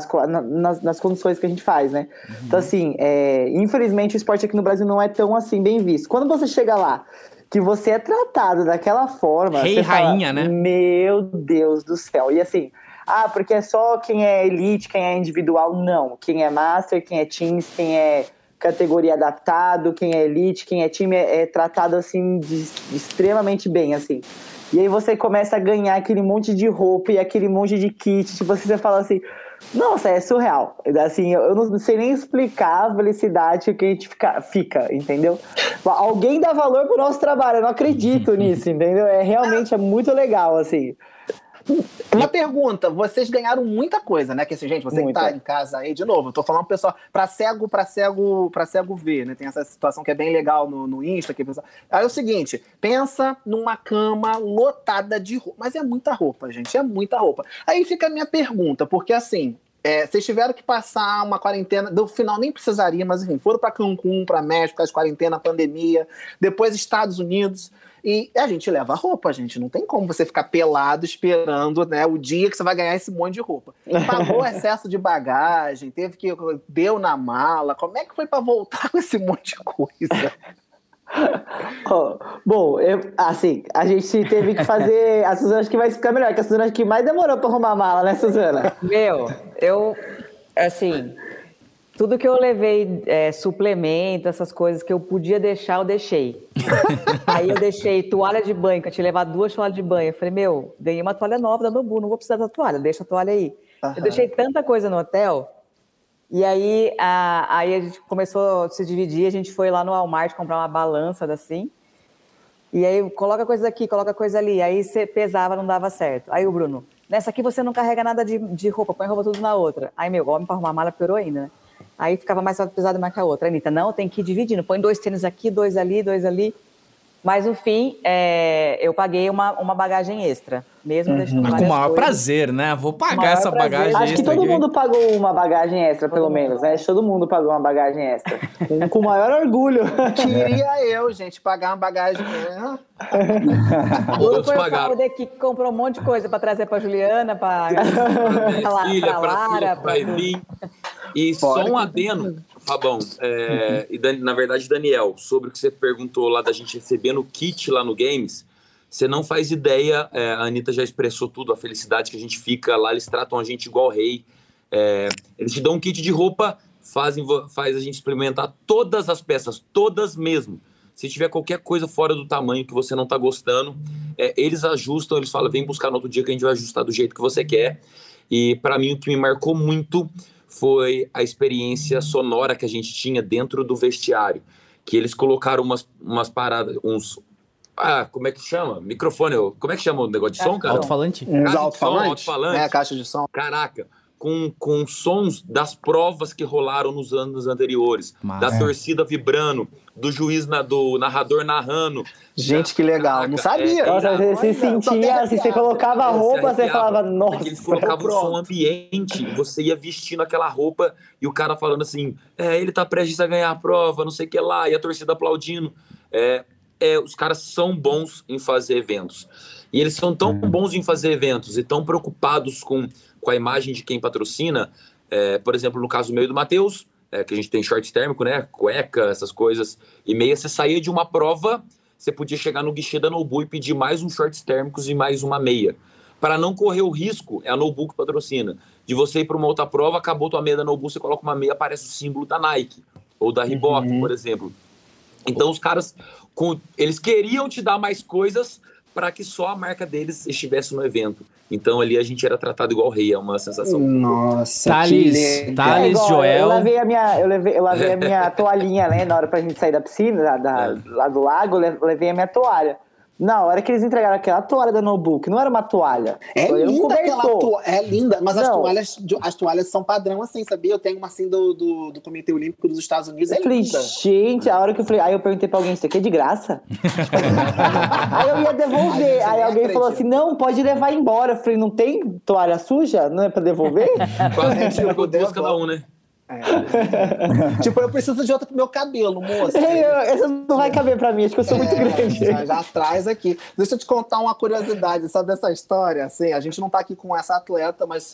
[SPEAKER 3] nas condições que a gente faz, né? Então assim, infelizmente o esporte aqui no Brasil não é tão assim bem visto. Quando você chega lá, que você é tratado daquela forma,
[SPEAKER 2] Rei
[SPEAKER 3] você
[SPEAKER 2] rainha,
[SPEAKER 3] fala,
[SPEAKER 2] né?
[SPEAKER 3] Meu Deus do céu. E assim, porque é só quem é elite, quem é individual, não. Quem é master, quem é teams, quem é categoria adaptado, quem é elite, quem é time, é tratado assim extremamente bem, assim. E aí você começa a ganhar aquele monte de roupa e aquele monte de kit, tipo, você fala assim, nossa, é surreal. Assim, eu não sei nem explicar a felicidade que a gente fica, entendeu? Alguém dá valor pro nosso trabalho, eu não acredito nisso, entendeu? Realmente é muito legal, assim.
[SPEAKER 1] Uma pergunta, vocês ganharam muita coisa, né? Que assim, gente, você que tá em casa aí, de novo, eu tô falando pro pessoal, pra cego ver, né? Tem essa situação que é bem legal no Insta, que pessoal... Aí é o seguinte, pensa numa cama lotada de roupa, mas é muita roupa, gente, é muita roupa. Aí fica a minha pergunta, porque assim, vocês tiveram que passar uma quarentena, no final nem precisaria, mas enfim, foram pra Cancún, pra México, por causa de quarentena, pandemia, depois Estados Unidos... E a gente leva roupa, gente. Não tem como você ficar pelado esperando, né, o dia que você vai ganhar esse monte de roupa. Pagou excesso de bagagem, deu na mala. Como é que foi para voltar com esse monte de coisa?
[SPEAKER 3] Bom, assim, a gente teve que fazer. A Suzana acho que vai explicar melhor, que a Suzana acho que mais demorou para arrumar a mala, né, Suzana?
[SPEAKER 4] Assim, tudo que eu levei, suplemento, essas coisas que eu podia deixar, eu deixei. Aí eu deixei toalha de banho, que eu tinha levado 2 toalhas de banho. Eu falei, ganhei uma toalha nova da Nobu, não vou precisar da toalha, deixa a toalha aí. Eu deixei tanta coisa no hotel, e aí a gente começou a se dividir, a gente foi lá no Walmart comprar uma balança assim, e aí coloca coisa aqui, coloca coisa ali, aí você pesava, não dava certo. Aí o Bruno, nessa aqui você não carrega nada de roupa, põe roupa tudo na outra. Aí homem para arrumar a mala piorou ainda, né? Aí ficava mais pesado mais que a outra. A Anitta, não, tem que ir dividindo. Põe 2 tênis aqui, 2 ali, 2 ali. Mas, no fim, eu paguei uma bagagem extra. Mesmo deixando
[SPEAKER 2] Mas com o maior prazer, né? Vou pagar essa bagagem extra.
[SPEAKER 3] Acho que todo mundo pagou uma bagagem extra, pelo menos, né? Todo mundo pagou uma bagagem extra. Com o maior orgulho.
[SPEAKER 1] Queria eu, gente, pagar uma bagagem.
[SPEAKER 4] Todos pagaram. Que comprou um monte de coisa para trazer para Juliana, para Lara,
[SPEAKER 6] para vir. E só um adendo, Fabão, e na verdade, Daniel, sobre o que você perguntou lá da gente recebendo o kit lá no Games, você não faz ideia, a Anitta já expressou tudo, a felicidade que a gente fica lá, eles tratam a gente igual rei, eles te dão um kit de roupa, faz a gente experimentar todas as peças, todas mesmo. Se tiver qualquer coisa fora do tamanho que você não tá gostando, eles ajustam, eles falam, vem buscar no outro dia que a gente vai ajustar do jeito que você quer. E para mim o que me marcou muito foi a experiência sonora que a gente tinha dentro do vestiário, que eles colocaram umas paradas, como é que chama? Microfone, como é que chama o negócio de som, cara?
[SPEAKER 2] Alto-falante?
[SPEAKER 1] Uns alto-falantes,
[SPEAKER 6] alto-falante.
[SPEAKER 1] Caixa de som.
[SPEAKER 6] Caraca, com sons das provas que rolaram nos anos anteriores, da torcida vibrando, do juiz, do narrador narrando.
[SPEAKER 1] Gente, que legal,
[SPEAKER 6] caraca,
[SPEAKER 1] não sabia.
[SPEAKER 3] Nossa, você sentia, assim, você colocava a roupa, você falava, nossa.
[SPEAKER 6] Porque eles colocavam o som ambiente, você ia vestindo aquela roupa e o cara falando assim, ele tá prestes a ganhar a prova, não sei o que lá, e a torcida aplaudindo. Os caras são bons em fazer eventos. E eles são tão bons em fazer eventos e tão preocupados com a imagem de quem patrocina. Por exemplo, no caso meu e do Matheus, que a gente tem short térmico, né? Cueca, essas coisas. E meia, você saía de uma prova, você podia chegar no guichê da Nobu e pedir mais uns shorts térmicos e mais uma meia. Para não correr o risco, é a Nobu que patrocina, de você ir para uma outra prova, acabou tua meia da Nobu, você coloca uma meia, aparece o símbolo da Nike ou da Reebok, por exemplo. Então os caras, eles queriam te dar mais coisas para que só a marca deles estivesse no evento. Então ali a gente era tratado igual rei, é uma sensação.
[SPEAKER 1] Nossa,
[SPEAKER 2] Thales, Joel...
[SPEAKER 3] Eu lavei a minha toalhinha, né, na hora pra gente sair da piscina, lá do lago, eu levei a minha toalha. Na hora que eles entregaram aquela toalha da Nobu, que não era uma toalha.
[SPEAKER 1] Foi linda aquela toalha. É linda, mas as toalhas são padrão assim, sabia? Eu tenho uma assim do Comitê Olímpico dos Estados Unidos.
[SPEAKER 3] Eu falei, gente, a hora que eu falei, aí eu perguntei pra alguém, isso aqui é de graça? Aí eu ia devolver. Aí alguém falou assim, não, pode levar embora. Eu falei, não tem toalha suja? Não é pra devolver?
[SPEAKER 6] Quase duas cada um, né?
[SPEAKER 1] Tipo, eu preciso de outra pro meu cabelo, moça.
[SPEAKER 3] Essa não vai caber pra mim, acho que eu sou muito grande.
[SPEAKER 1] Já traz aqui. Deixa eu te contar uma curiosidade, sabe dessa história? Assim, a gente não tá aqui com essa atleta, mas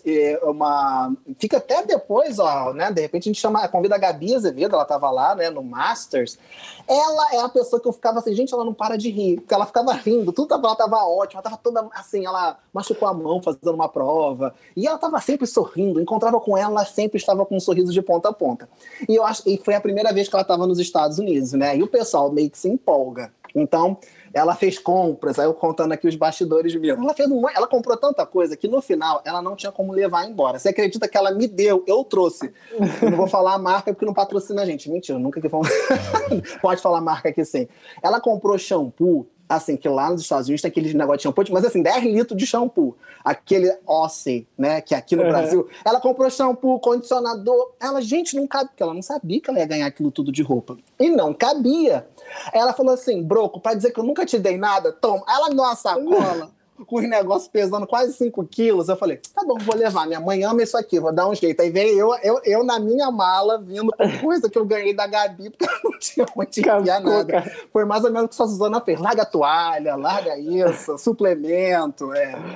[SPEAKER 1] fica até depois, ó, né? De repente a gente convida a Gabi Azevedo, ela tava lá, né, no Masters. Ela é a pessoa que eu ficava assim, gente, ela não para de rir, porque ela ficava rindo, ela tava ótima, ela tava toda assim, ela machucou a mão fazendo uma prova, e ela tava sempre sorrindo, encontrava com ela sempre estava com um sorriso de ponta a ponta. E foi a primeira vez que ela estava nos Estados Unidos, né? E o pessoal meio que se empolga. Então, ela fez compras, aí eu contando aqui os bastidores mesmo. Ela comprou tanta coisa que no final ela não tinha como levar embora. Você acredita que ela me deu? Eu trouxe. Eu não vou falar a marca porque não patrocina a gente. Mentira, nunca que pode falar a marca aqui sim. Ela comprou shampoo, assim, que lá nos Estados Unidos tem aquele negócio de shampoo, mas assim, 10 litros de shampoo. Aquele Ossey, né, que aqui no Brasil. Ela comprou shampoo, condicionador. Gente, não cabe, porque ela não sabia que ela ia ganhar aquilo tudo de roupa. E não cabia. Ela falou assim, Broco, pra dizer que eu nunca te dei nada, toma. Ela me deu uma sacola com os negócios pesando quase 5 quilos. Eu falei, tá bom, vou levar. Minha mãe ama isso aqui, vou dar um jeito. Aí veio eu na minha mala, vindo com coisa que eu ganhei da Gabi, porque eu não tinha onde enfiar nada. Foi mais ou menos o que a Suzana fez. Larga a toalha, larga isso, suplemento.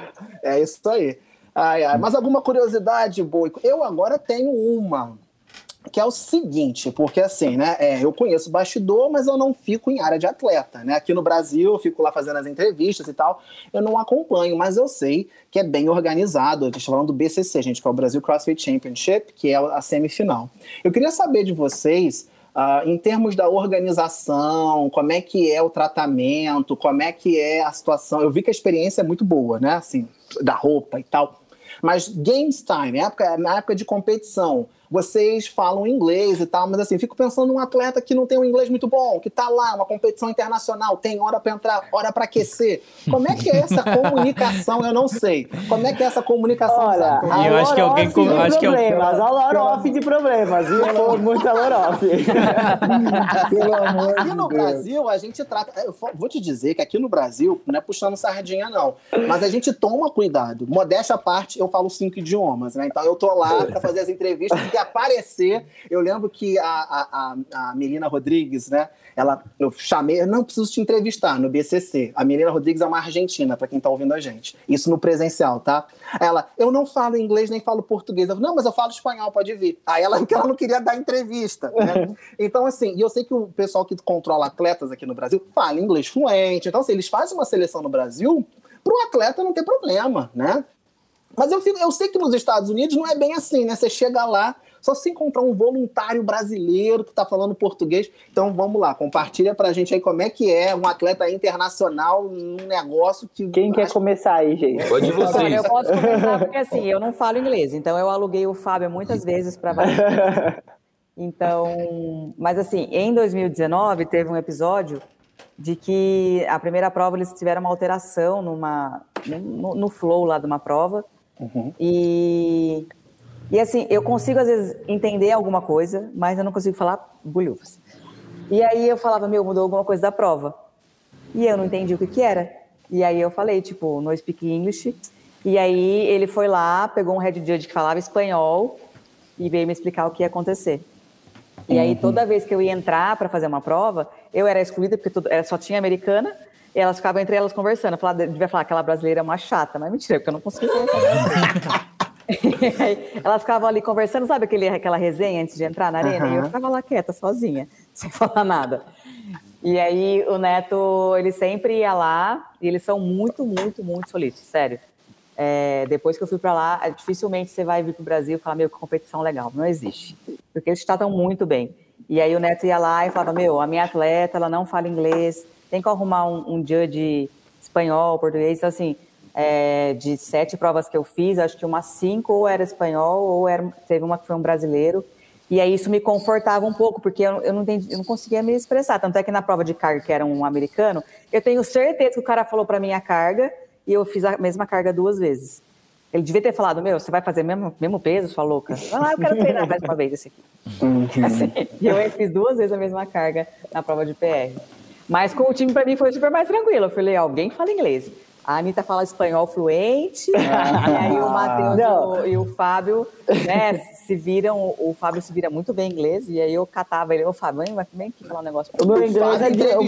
[SPEAKER 1] É isso aí. Mas alguma curiosidade, Boi? Eu agora tenho uma, que é o seguinte, porque assim, né, eu conheço bastidor, mas eu não fico em área de atleta, né? Aqui no Brasil, eu fico lá fazendo as entrevistas e tal, eu não acompanho, mas eu sei que é bem organizado. A gente está falando do BCC, gente, que é o Brasil CrossFit Championship, que é a semifinal. Eu queria saber de vocês, em termos da organização, como é que é o tratamento, como é que é a situação. Eu vi que a experiência é muito boa, né, assim, da roupa e tal, mas Games Time, na época de competição, vocês falam inglês e tal, mas assim, fico pensando num atleta que não tem um inglês muito bom, que tá lá, uma competição internacional, tem hora para entrar, hora para aquecer. Como é que é essa comunicação? Eu não sei. Como é que é essa comunicação?
[SPEAKER 3] Olha,
[SPEAKER 2] eu acho que alguém...
[SPEAKER 3] A lorof de problemas, viu? Muita lorof.
[SPEAKER 1] Pelo amor aqui no Brasil, a gente trata... Eu vou te dizer que aqui no Brasil, não é puxando sardinha, não, mas a gente toma cuidado. Modéstia à parte, eu falo 5 idiomas, né? Então eu tô lá para fazer as entrevistas e aparecer. Eu lembro que a Melina Rodrigues, né? Eu chamei, não preciso te entrevistar no BCC. A Melina Rodrigues é uma argentina, para quem tá ouvindo a gente. Isso no presencial, tá? Eu não falo inglês nem falo português. Eu falei, não, mas eu falo espanhol, pode vir. Aí porque ela não queria dar entrevista, né? Então, assim, e eu sei que o pessoal que controla atletas aqui no Brasil fala inglês fluente. Então, assim, eles fazem uma seleção no Brasil pro atleta não ter problema, né? Mas eu sei que nos Estados Unidos não é bem assim, né? Você chega lá, só se encontrar um voluntário brasileiro que tá falando português. Então, vamos lá, compartilha pra gente aí como é que é um atleta internacional num negócio que...
[SPEAKER 3] Quem quer começar aí, gente?
[SPEAKER 6] Pode vocês.
[SPEAKER 4] Olha, eu posso começar porque, assim, eu não falo inglês. Então, eu aluguei o Fábio muitas vezes para vários países. Então, mas assim, em 2019 teve um episódio de que a primeira prova eles tiveram uma alteração no flow lá de uma prova. E assim, eu consigo às vezes entender alguma coisa, mas eu não consigo falar bulhufas. E aí eu falava, mudou alguma coisa da prova. E eu não entendi o que era. E aí eu falei, tipo, no Speak English. E aí ele foi lá, pegou um head judge que falava espanhol e veio me explicar o que ia acontecer. E aí toda vez que eu ia entrar para fazer uma prova, eu era excluída porque só tinha americana. E elas ficavam entre elas conversando. Eu devia falar, aquela brasileira é uma chata. Mas mentira, porque eu não conseguia conversar. Elas ficavam ali conversando, sabe aquela resenha antes de entrar na arena? E eu ficava lá quieta, sozinha, sem falar nada. E aí o Neto, ele sempre ia lá, e eles são muito, muito, muito solícitos, sério. Depois que eu fui pra lá, dificilmente você vai vir pro Brasil e falar, que competição legal. Não existe. Porque eles tratam muito bem. E aí o Neto ia lá e falava, a minha atleta, ela não fala inglês, tem que arrumar um judge espanhol, português. Então, assim, de 7 provas que eu fiz, acho que umas 5 ou era espanhol, ou teve uma que foi um brasileiro. E aí isso me confortava um pouco, porque eu não conseguia me expressar. Tanto é que na prova de carga, que era um americano, eu tenho certeza que o cara falou pra mim a carga, e eu fiz a mesma carga 2 vezes. Ele devia ter falado, você vai fazer mesmo peso, sua louca? Eu quero treinar mais uma vez esse aqui. Assim, e eu fiz 2 vezes a mesma carga na prova de PR. Mas com o time, pra mim, foi super mais tranquilo. Eu falei, alguém fala inglês. A Anitta fala espanhol fluente, e aí o Matheus e o Fábio, né, se viram, o Fábio se vira muito bem em inglês, e aí eu catava ele, Fábio, mas vem aqui falar um negócio.
[SPEAKER 3] O meu inglês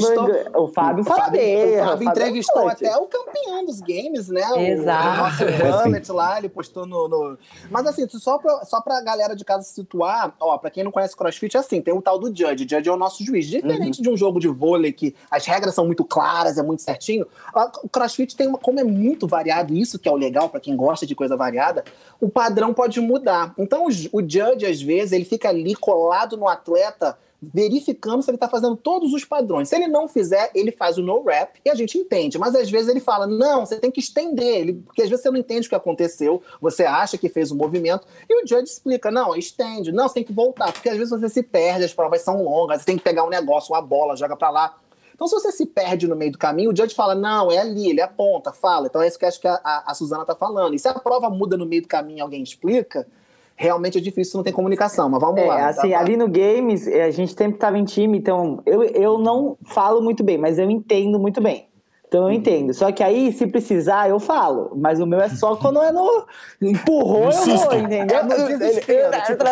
[SPEAKER 3] o Fábio fala bem.
[SPEAKER 1] O Fábio entrevistou até o campeão dos games, né?
[SPEAKER 4] Exato.
[SPEAKER 1] O nosso Bullet lá, ele postou no... Mas assim, só pra galera de casa se situar, pra quem não conhece CrossFit, é assim, tem o tal do Judge. O Judge é o nosso juiz. Diferente de um jogo de vôlei, que as regras são muito claras, é muito certinho, o CrossFit tem como é muito variado, isso que é o legal para quem gosta de coisa variada, o padrão pode mudar. Então o judge, às vezes, ele fica ali colado no atleta, verificando se ele está fazendo todos os padrões. Se ele não fizer, ele faz o no rep e a gente entende. Mas às vezes ele fala, não, você tem que estender, porque às vezes você não entende o que aconteceu, você acha que fez um movimento, e o judge explica, não, estende, não, você tem que voltar, porque às vezes você se perde, as provas são longas, você tem que pegar um negócio, uma bola, joga para lá. Então, se você se perde no meio do caminho, o judge fala, não, é ali, ele aponta, fala. Então, é isso que acho que a Suzana tá falando. E se a prova muda no meio do caminho e alguém explica, realmente é difícil, não tem comunicação. Mas vamos lá.
[SPEAKER 3] Assim, tá, ali no Games, a gente sempre tava em time, então eu não falo muito bem, mas eu entendo muito bem. Então, eu entendo. Só que aí, se precisar, eu falo. Mas o meu é só quando é no... Empurrou, eu vou, entendeu?
[SPEAKER 1] É no desespero.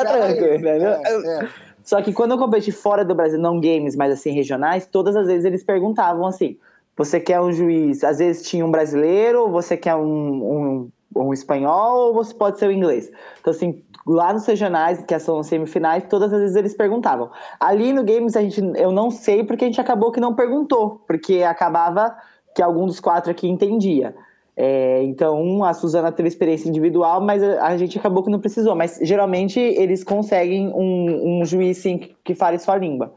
[SPEAKER 3] Entendeu? Só que quando eu competi fora do Brasil, não games, mas assim, regionais, todas as vezes eles perguntavam assim, você quer um juiz, às vezes tinha um brasileiro, ou você quer um espanhol, ou você pode ser o inglês. Então assim, lá nos regionais, que são semifinais, todas as vezes eles perguntavam. Ali no games, eu não sei porque a gente acabou que não perguntou, porque acabava que algum dos 4 aqui entendia. Então, a Suzana teve experiência individual, mas a gente acabou que não precisou. Mas, geralmente, eles conseguem um juiz, sim, que fale sua língua.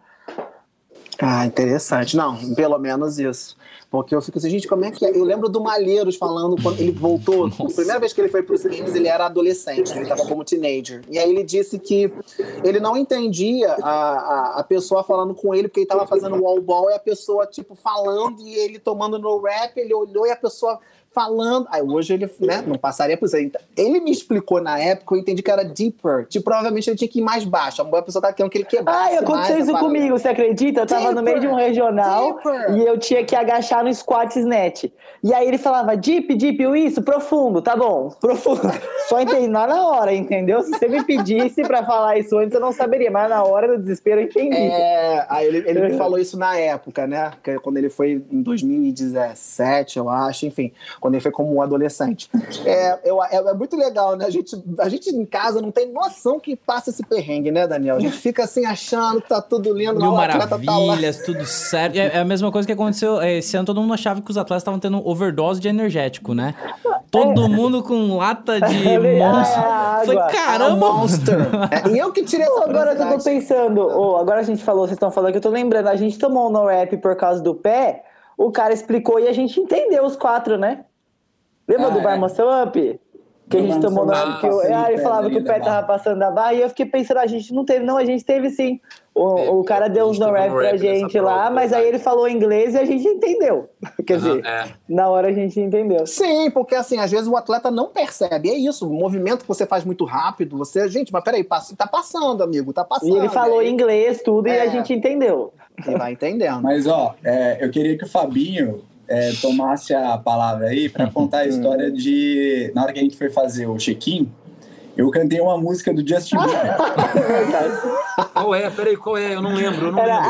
[SPEAKER 1] Ah, interessante. Não, pelo menos isso. Porque eu fico assim, gente, como é que é? Eu lembro do Malheiros falando, quando ele voltou, a primeira vez que ele foi para os games, ele era adolescente, ele estava como teenager. E aí ele disse que ele não entendia a pessoa falando com ele, porque ele estava fazendo wall ball, e a pessoa, tipo, falando, e ele tomando no rap, ele olhou e a pessoa... falando, aí hoje ele, né, não passaria por isso. Ele me explicou na época, eu entendi que era deeper, tipo, provavelmente ele tinha que ir mais baixo, a pessoa tá querendo que ele quebrasse.
[SPEAKER 3] Aconteceu isso comigo, você acredita? Eu tava no meio de um regional e eu tinha que agachar no squat snatch. E aí ele falava, deep, isso, profundo, tá bom, profundo. Só entendi na hora, entendeu? Se você me pedisse pra falar isso antes, eu não saberia, mas na hora do desespero eu entendi.
[SPEAKER 1] Aí ele me falou isso na época, né, quando ele foi em 2017, eu acho, enfim. quando ele foi como um adolescente. É muito legal, né? A gente em casa não tem noção que passa esse perrengue, né, Daniel? A gente fica assim achando que tá tudo lindo.
[SPEAKER 2] Mil maravilhas, tudo certo. É a mesma coisa que aconteceu esse ano, todo mundo achava que os atletas estavam tendo overdose de energético, né? Todo mundo com lata de Monster. Foi caramba!
[SPEAKER 1] Monster. E eu que tirei essa
[SPEAKER 3] agora que eu tô pensando, agora a gente falou, vocês estão falando que eu tô lembrando, a gente tomou um no-rap por causa do pé, o cara explicou e a gente entendeu os 4, né? Lembra do Bar Muscle Up? Que a gente tomou no-rap, que ele falava que o pé tava passando da barra, e eu fiquei pensando, a gente não teve, não, a gente teve sim. O cara deu uns no-rap pra gente lá, mas aí ele falou inglês e a gente entendeu. Quer dizer, na hora a gente entendeu.
[SPEAKER 1] Sim, porque assim, às vezes o atleta não percebe. É isso, o movimento que você faz muito rápido, gente, mas peraí, tá passando, amigo, tá passando.
[SPEAKER 3] E ele falou inglês, tudo, e a gente entendeu.
[SPEAKER 1] E vai entendendo.
[SPEAKER 5] Mas, eu queria que o Fabinho tomasse a palavra aí para contar a história de... Na hora que a gente foi fazer o check-in, eu cantei uma música do Justin Bieber.
[SPEAKER 6] Qual é? Peraí, qual é? Eu não lembro.
[SPEAKER 3] Era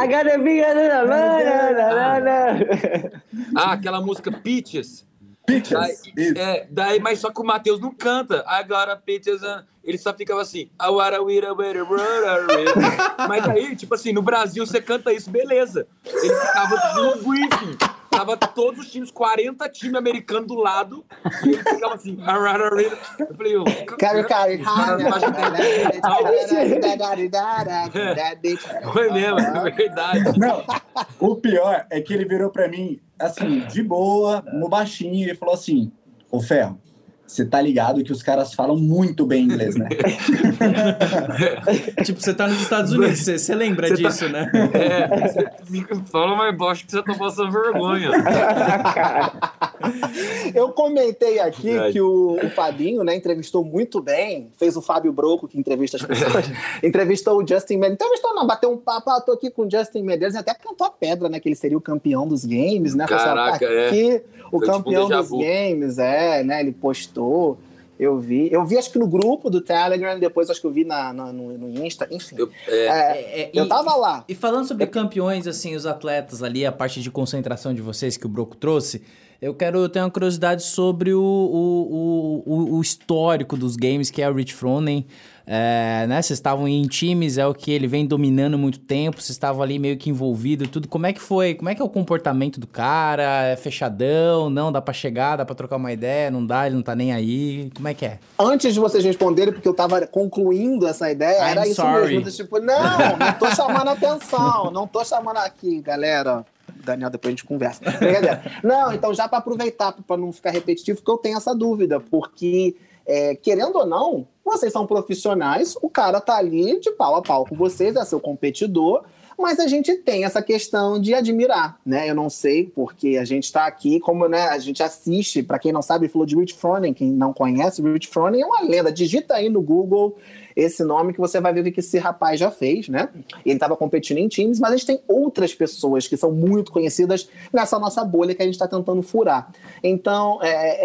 [SPEAKER 6] aquela música Peaches.
[SPEAKER 5] Peaches.
[SPEAKER 6] Daí, mas só que o Matheus não canta. Agora Peaches, ele só ficava assim. Mas aí, tipo assim, no Brasil você canta isso, beleza. Ele ficava no briefing. Tava todos os times, 40 times americanos do lado, e ele ficava assim. Eu falei, foi mesmo, é verdade.
[SPEAKER 5] Não, o pior é que ele virou pra mim, assim, de boa, no baixinho, e falou assim: ô Ferro, você tá ligado que os caras falam muito bem inglês, né?
[SPEAKER 2] Tipo, você tá nos Estados Unidos, você lembra disso, né?
[SPEAKER 6] Você fala mais baixo que você tá passando vergonha.
[SPEAKER 1] Eu comentei aqui que o Fabinho, né, entrevistou muito bem, fez o Fábio Broco, que entrevista as pessoas, entrevistou o Justin Medeiros, bateu um papo, tô aqui com o Justin Medeiros, até cantou a pedra, né, que ele seria o campeão dos games, né?
[SPEAKER 6] Caraca,
[SPEAKER 1] aqui, o foi campeão tipo dos games, né, ele postou, eu vi acho que no grupo do Telegram, depois acho que eu vi no Insta, enfim. Eu tava lá.
[SPEAKER 2] E falando sobre campeões, assim, os atletas ali, a parte de concentração de vocês que o Broco trouxe, eu ter uma curiosidade sobre o histórico dos games, que é o Rich Froning. Né? Vocês estavam em times, é o que ele vem dominando muito tempo, vocês estavam ali meio que envolvidos, tudo. Como é que foi? Como é que é o comportamento do cara? É fechadão? Não? Dá pra chegar? Dá pra trocar uma ideia? Não dá? Ele não tá nem aí? Como é que é?
[SPEAKER 1] Antes de vocês responderem, porque eu tava concluindo essa ideia, era isso mesmo. Tipo, não tô chamando atenção, não tô chamando aqui, galera. Daniel, depois a gente conversa. Não, então já para aproveitar, para não ficar repetitivo, porque eu tenho essa dúvida, porque, querendo ou não, vocês são profissionais, o cara tá ali de pau a pau com vocês, é seu competidor, mas a gente tem essa questão de admirar, né? Eu não sei, porque a gente tá aqui, como, né, a gente assiste, para quem não sabe, ele falou de Rich Froning, quem não conhece, Rich Froning é uma lenda, digita aí no Google esse nome que você vai ver o que esse rapaz já fez, né? Ele estava competindo em times, mas a gente tem outras pessoas que são muito conhecidas nessa nossa bolha que a gente está tentando furar. Então,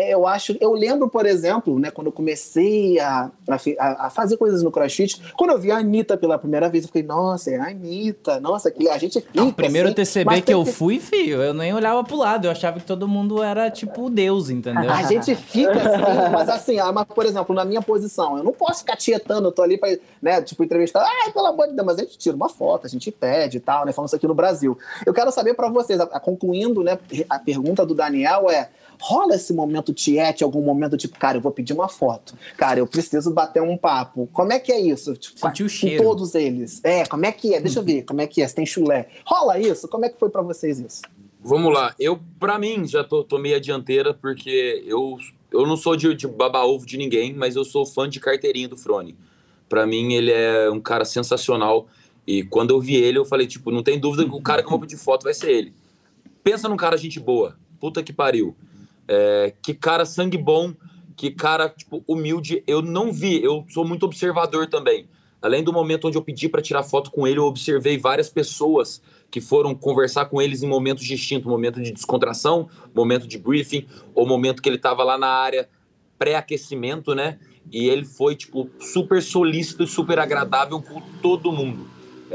[SPEAKER 1] eu lembro, por exemplo, né, quando eu comecei a fazer coisas no CrossFit, quando eu vi a Anitta pela primeira vez, eu fiquei, nossa, é a Anitta, nossa, que a gente fica
[SPEAKER 2] o primeiro
[SPEAKER 1] assim,
[SPEAKER 2] TCB que eu fui, filho, eu nem olhava pro lado, eu achava que todo mundo era tipo Deus, entendeu?
[SPEAKER 1] A gente fica assim, mas assim, mas, por exemplo, na minha posição, eu não posso ficar tietando, eu tô ali pra, né, tipo, entrevistar, pelo amor de Deus, mas a gente tira uma foto, a gente pede e tal, né, falando isso aqui no Brasil. Eu quero saber pra vocês, concluindo, né, a pergunta do Daniel rola esse momento tiete, algum momento, tipo, cara, eu vou pedir uma foto, cara, eu preciso bater um papo, como é que é isso? Tipo,
[SPEAKER 2] sentir o cheiro.
[SPEAKER 1] Com todos eles. Como é que é? Deixa eu ver, como é que é? Se tem chulé. Rola isso? Como é que foi pra vocês isso?
[SPEAKER 6] Vamos lá, pra mim, já tô meio à dianteira, porque eu não sou de baba-ovo de ninguém, mas eu sou fã de carteirinha do Froning. Pra mim, ele é um cara sensacional. E quando eu vi ele, eu falei, tipo, não tem dúvida que o cara que eu vou pedir foto vai ser ele. Pensa num cara gente boa. Puta que pariu. Que cara sangue bom. Que cara, tipo, humilde. Eu não vi. Eu sou muito observador também. Além do momento onde eu pedi pra tirar foto com ele, eu observei várias pessoas que foram conversar com eles em momentos distintos. Momento de descontração, momento de briefing, ou momento que ele tava lá na área pré-aquecimento, né? E ele foi, tipo, super solícito e super agradável com todo mundo.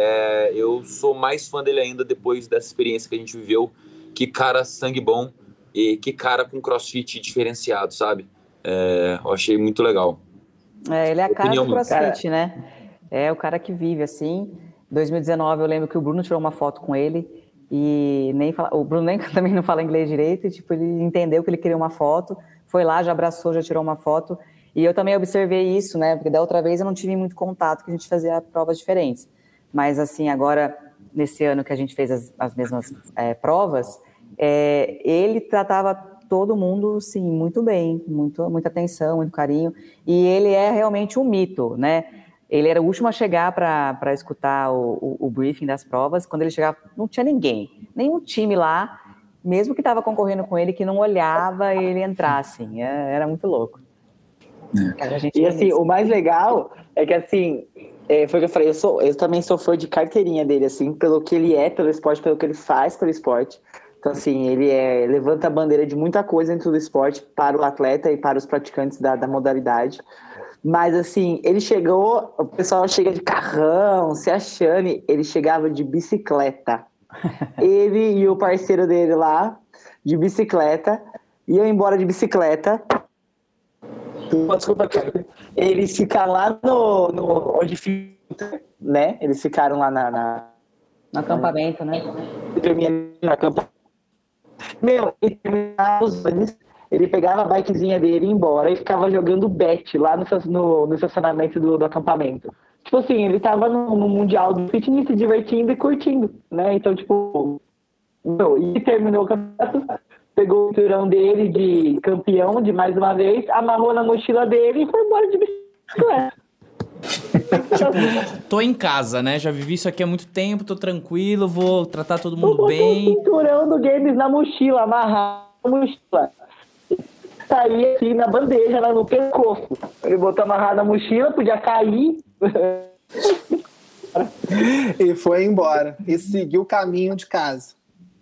[SPEAKER 6] Eu sou mais fã dele ainda depois dessa experiência que a gente viveu. Que cara sangue bom. e que cara com CrossFit diferenciado, sabe? Eu achei muito legal.
[SPEAKER 4] Ele é a cara do CrossFit, né? É o cara que vive assim. Em 2019 eu lembro que o Bruno tirou uma foto com ele e o Bruno também não fala inglês direito, e tipo, ele entendeu que ele queria uma foto, foi lá, já abraçou, já tirou uma foto. E eu também observei isso, né? Porque da outra vez eu não tive muito contato, que a gente fazia provas diferentes. Mas assim, agora, nesse ano que a gente fez as mesmas provas, ele tratava todo mundo, sim, muito bem, muita atenção, muito carinho. E ele é realmente um mito, né? Ele era o último a chegar para escutar o briefing das provas. Quando ele chegava, não tinha ninguém, nenhum time lá, mesmo que estava concorrendo com ele, que não olhava ele entrar, assim. Era muito louco.
[SPEAKER 3] E assim, o mais legal é que assim, foi o que eu falei, eu também sou fã de carteirinha dele, assim, pelo que ele é, pelo esporte, pelo que ele faz pelo esporte. Então, assim, ele levanta a bandeira de muita coisa dentro do esporte para o atleta e para os praticantes da modalidade. Mas, assim, ele chegou, o pessoal chega de carrão, se achando, ele chegava de bicicleta. Ele e o parceiro dele lá, de bicicleta, iam embora de bicicleta. Desculpa, eles ficaram lá onde fica, né? Eles ficaram lá
[SPEAKER 4] no acampamento, né?
[SPEAKER 3] No acampamento. Meu, ele pegava a bikezinha dele e ia embora e ficava jogando bet lá no estacionamento do acampamento. Tipo assim, ele tava no Mundial do Fitness se divertindo e curtindo, né? Então, tipo, e terminou o campeonato, pegou o cinturão dele de campeão de mais uma vez, amarrou na mochila dele e foi embora de bicicleta.
[SPEAKER 2] Tô em casa, né? Já vivi isso aqui há muito tempo, tô tranquilo, vou tratar todo mundo bem.
[SPEAKER 3] O cinturão do Games na mochila, amarrar na mochila. Saía assim na bandeja, lá no pescoço. Ele botou amarrado na mochila, podia cair.
[SPEAKER 1] E foi embora. E seguiu o caminho de casa.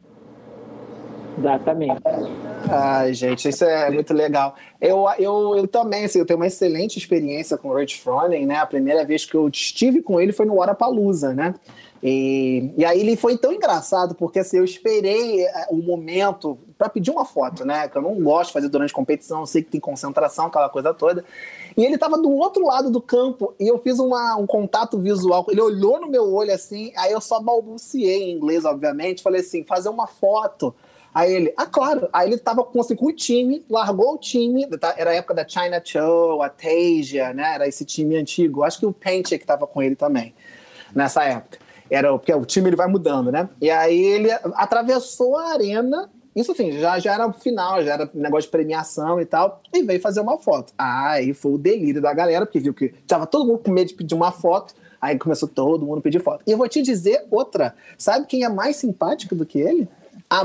[SPEAKER 3] Exatamente.
[SPEAKER 1] Ai, gente, isso é muito legal. Eu também, assim, eu tenho uma excelente experiência com o Rich Froning, né? A primeira vez que eu estive com ele foi no Wodapalooza, né? E aí ele foi tão engraçado, porque assim, eu esperei um momento para pedir uma foto, né? Que eu não gosto de fazer durante competição, eu sei que tem concentração, aquela coisa toda. E ele tava do outro lado do campo e eu fiz um contato visual. Ele olhou no meu olho assim, aí eu só balbuciei em inglês, obviamente. Falei assim, fazer uma foto. Aí ele, claro. Aí ele tava com o time, largou o time. Era a época da China Show, a Tasia, né? Era esse time antigo. Acho que o Painter que tava com ele também, nessa época. Porque o time ele vai mudando, né? E aí ele atravessou a arena. Isso assim, já era o final, já era negócio de premiação e tal, e veio fazer uma foto. Aí foi o delírio da galera, porque viu que tava todo mundo com medo de pedir uma foto, aí começou todo mundo a pedir foto. E eu vou te dizer outra, sabe quem é mais simpático do que ele? A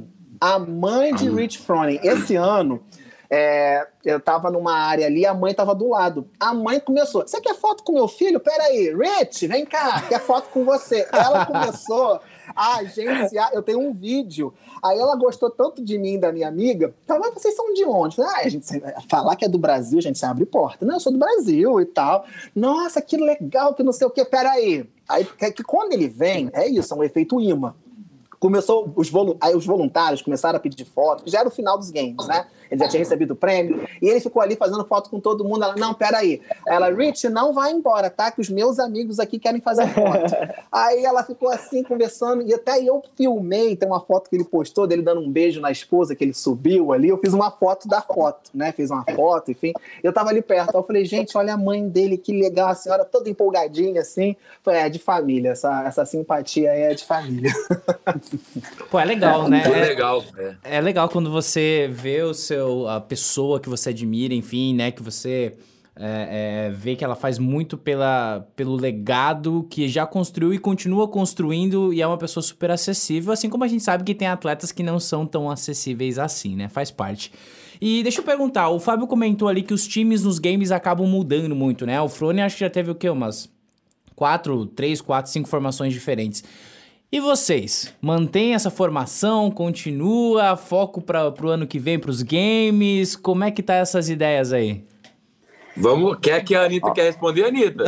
[SPEAKER 1] mãe de Rich Froning. Esse ano, eu tava numa área ali, a mãe tava do lado. A mãe começou, você quer foto com meu filho? Peraí, Rich, vem cá, quer foto com você. Ela começou a agenciar, eu tenho um vídeo. Aí ela gostou tanto de mim e da minha amiga, mas vocês são de onde? A gente falar que é do Brasil, a gente abre porta. Não, eu sou do Brasil e tal. Nossa, que legal, que não sei o quê. Peraí. Aí, que quando ele vem, é isso, é um efeito imã. Começou, aí os voluntários começaram a pedir foto, que já era o final dos games, né? Ele já tinha recebido o prêmio, e ele ficou ali fazendo foto com todo mundo. Ela, não, peraí. Ela, Rich, não vai embora, tá? Que os meus amigos aqui querem fazer foto. Aí ela ficou assim, conversando, e até eu filmei, tem uma foto que ele postou, dele dando um beijo na esposa, que ele subiu ali, eu fiz uma foto da foto, né? Fiz uma foto, enfim. Eu tava ali perto, aí eu falei, gente, olha a mãe dele, que legal, a senhora toda empolgadinha, assim. Falei, é de família, essa simpatia aí é de família.
[SPEAKER 2] Pô, é legal, né?
[SPEAKER 6] É legal.
[SPEAKER 2] É legal quando você vê a pessoa que você admira, enfim, né? Que você vê que ela faz muito pelo legado que já construiu e continua construindo, e é uma pessoa super acessível, assim como a gente sabe que tem atletas que não são tão acessíveis assim, né? Faz parte. E deixa eu perguntar, o Fábio comentou ali que os times nos games acabam mudando muito, né? O Froning acho que já teve o quê? Umas 3, 4, 5 formações diferentes. E vocês? Mantém essa formação? Continua? Foco para o ano que vem para os games? Como é que tá essas ideias aí?
[SPEAKER 6] Vamos, quer que a Anitta quer responder, Anitta?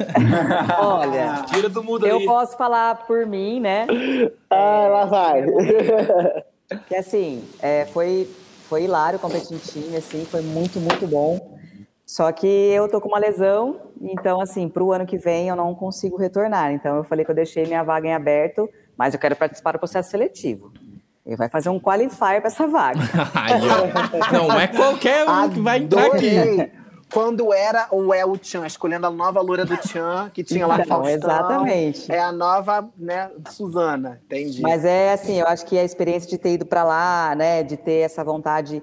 [SPEAKER 4] Olha,
[SPEAKER 6] tira do mundo
[SPEAKER 4] eu
[SPEAKER 6] aí.
[SPEAKER 4] posso falar por mim, né?
[SPEAKER 3] Lá vai.
[SPEAKER 4] Que assim, foi hilário competir em time, assim, foi muito, muito bom. Só que eu tô com uma lesão, então assim, pro ano que vem eu não consigo retornar. Então eu falei que eu deixei minha vaga em aberto, mas eu quero participar do processo seletivo. Ele vai fazer um qualifier para essa vaga.
[SPEAKER 2] Aí, ó. Não é qualquer um que vai entrar aqui.
[SPEAKER 1] Quando era o El Chan, escolhendo a nova loura do Chan, que tinha lá no Faustão.
[SPEAKER 4] Exatamente.
[SPEAKER 1] É a nova, né, Suzana, entendi.
[SPEAKER 4] Mas é assim, eu acho que a experiência de ter ido para lá, né, de ter essa vontade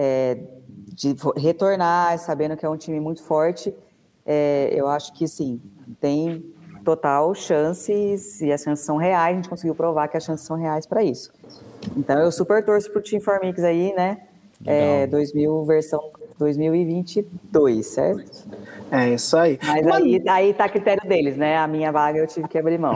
[SPEAKER 4] de retornar, sabendo que é um time muito forte, eu acho que sim, tem total chances, e as chances são reais, a gente conseguiu provar que as chances são reais para isso. Então eu super torço pro Team Formix aí, né, versão 2022, certo?
[SPEAKER 1] É isso aí.
[SPEAKER 4] Mas aí tá a critério deles, né? A minha vaga eu tive que abrir mão.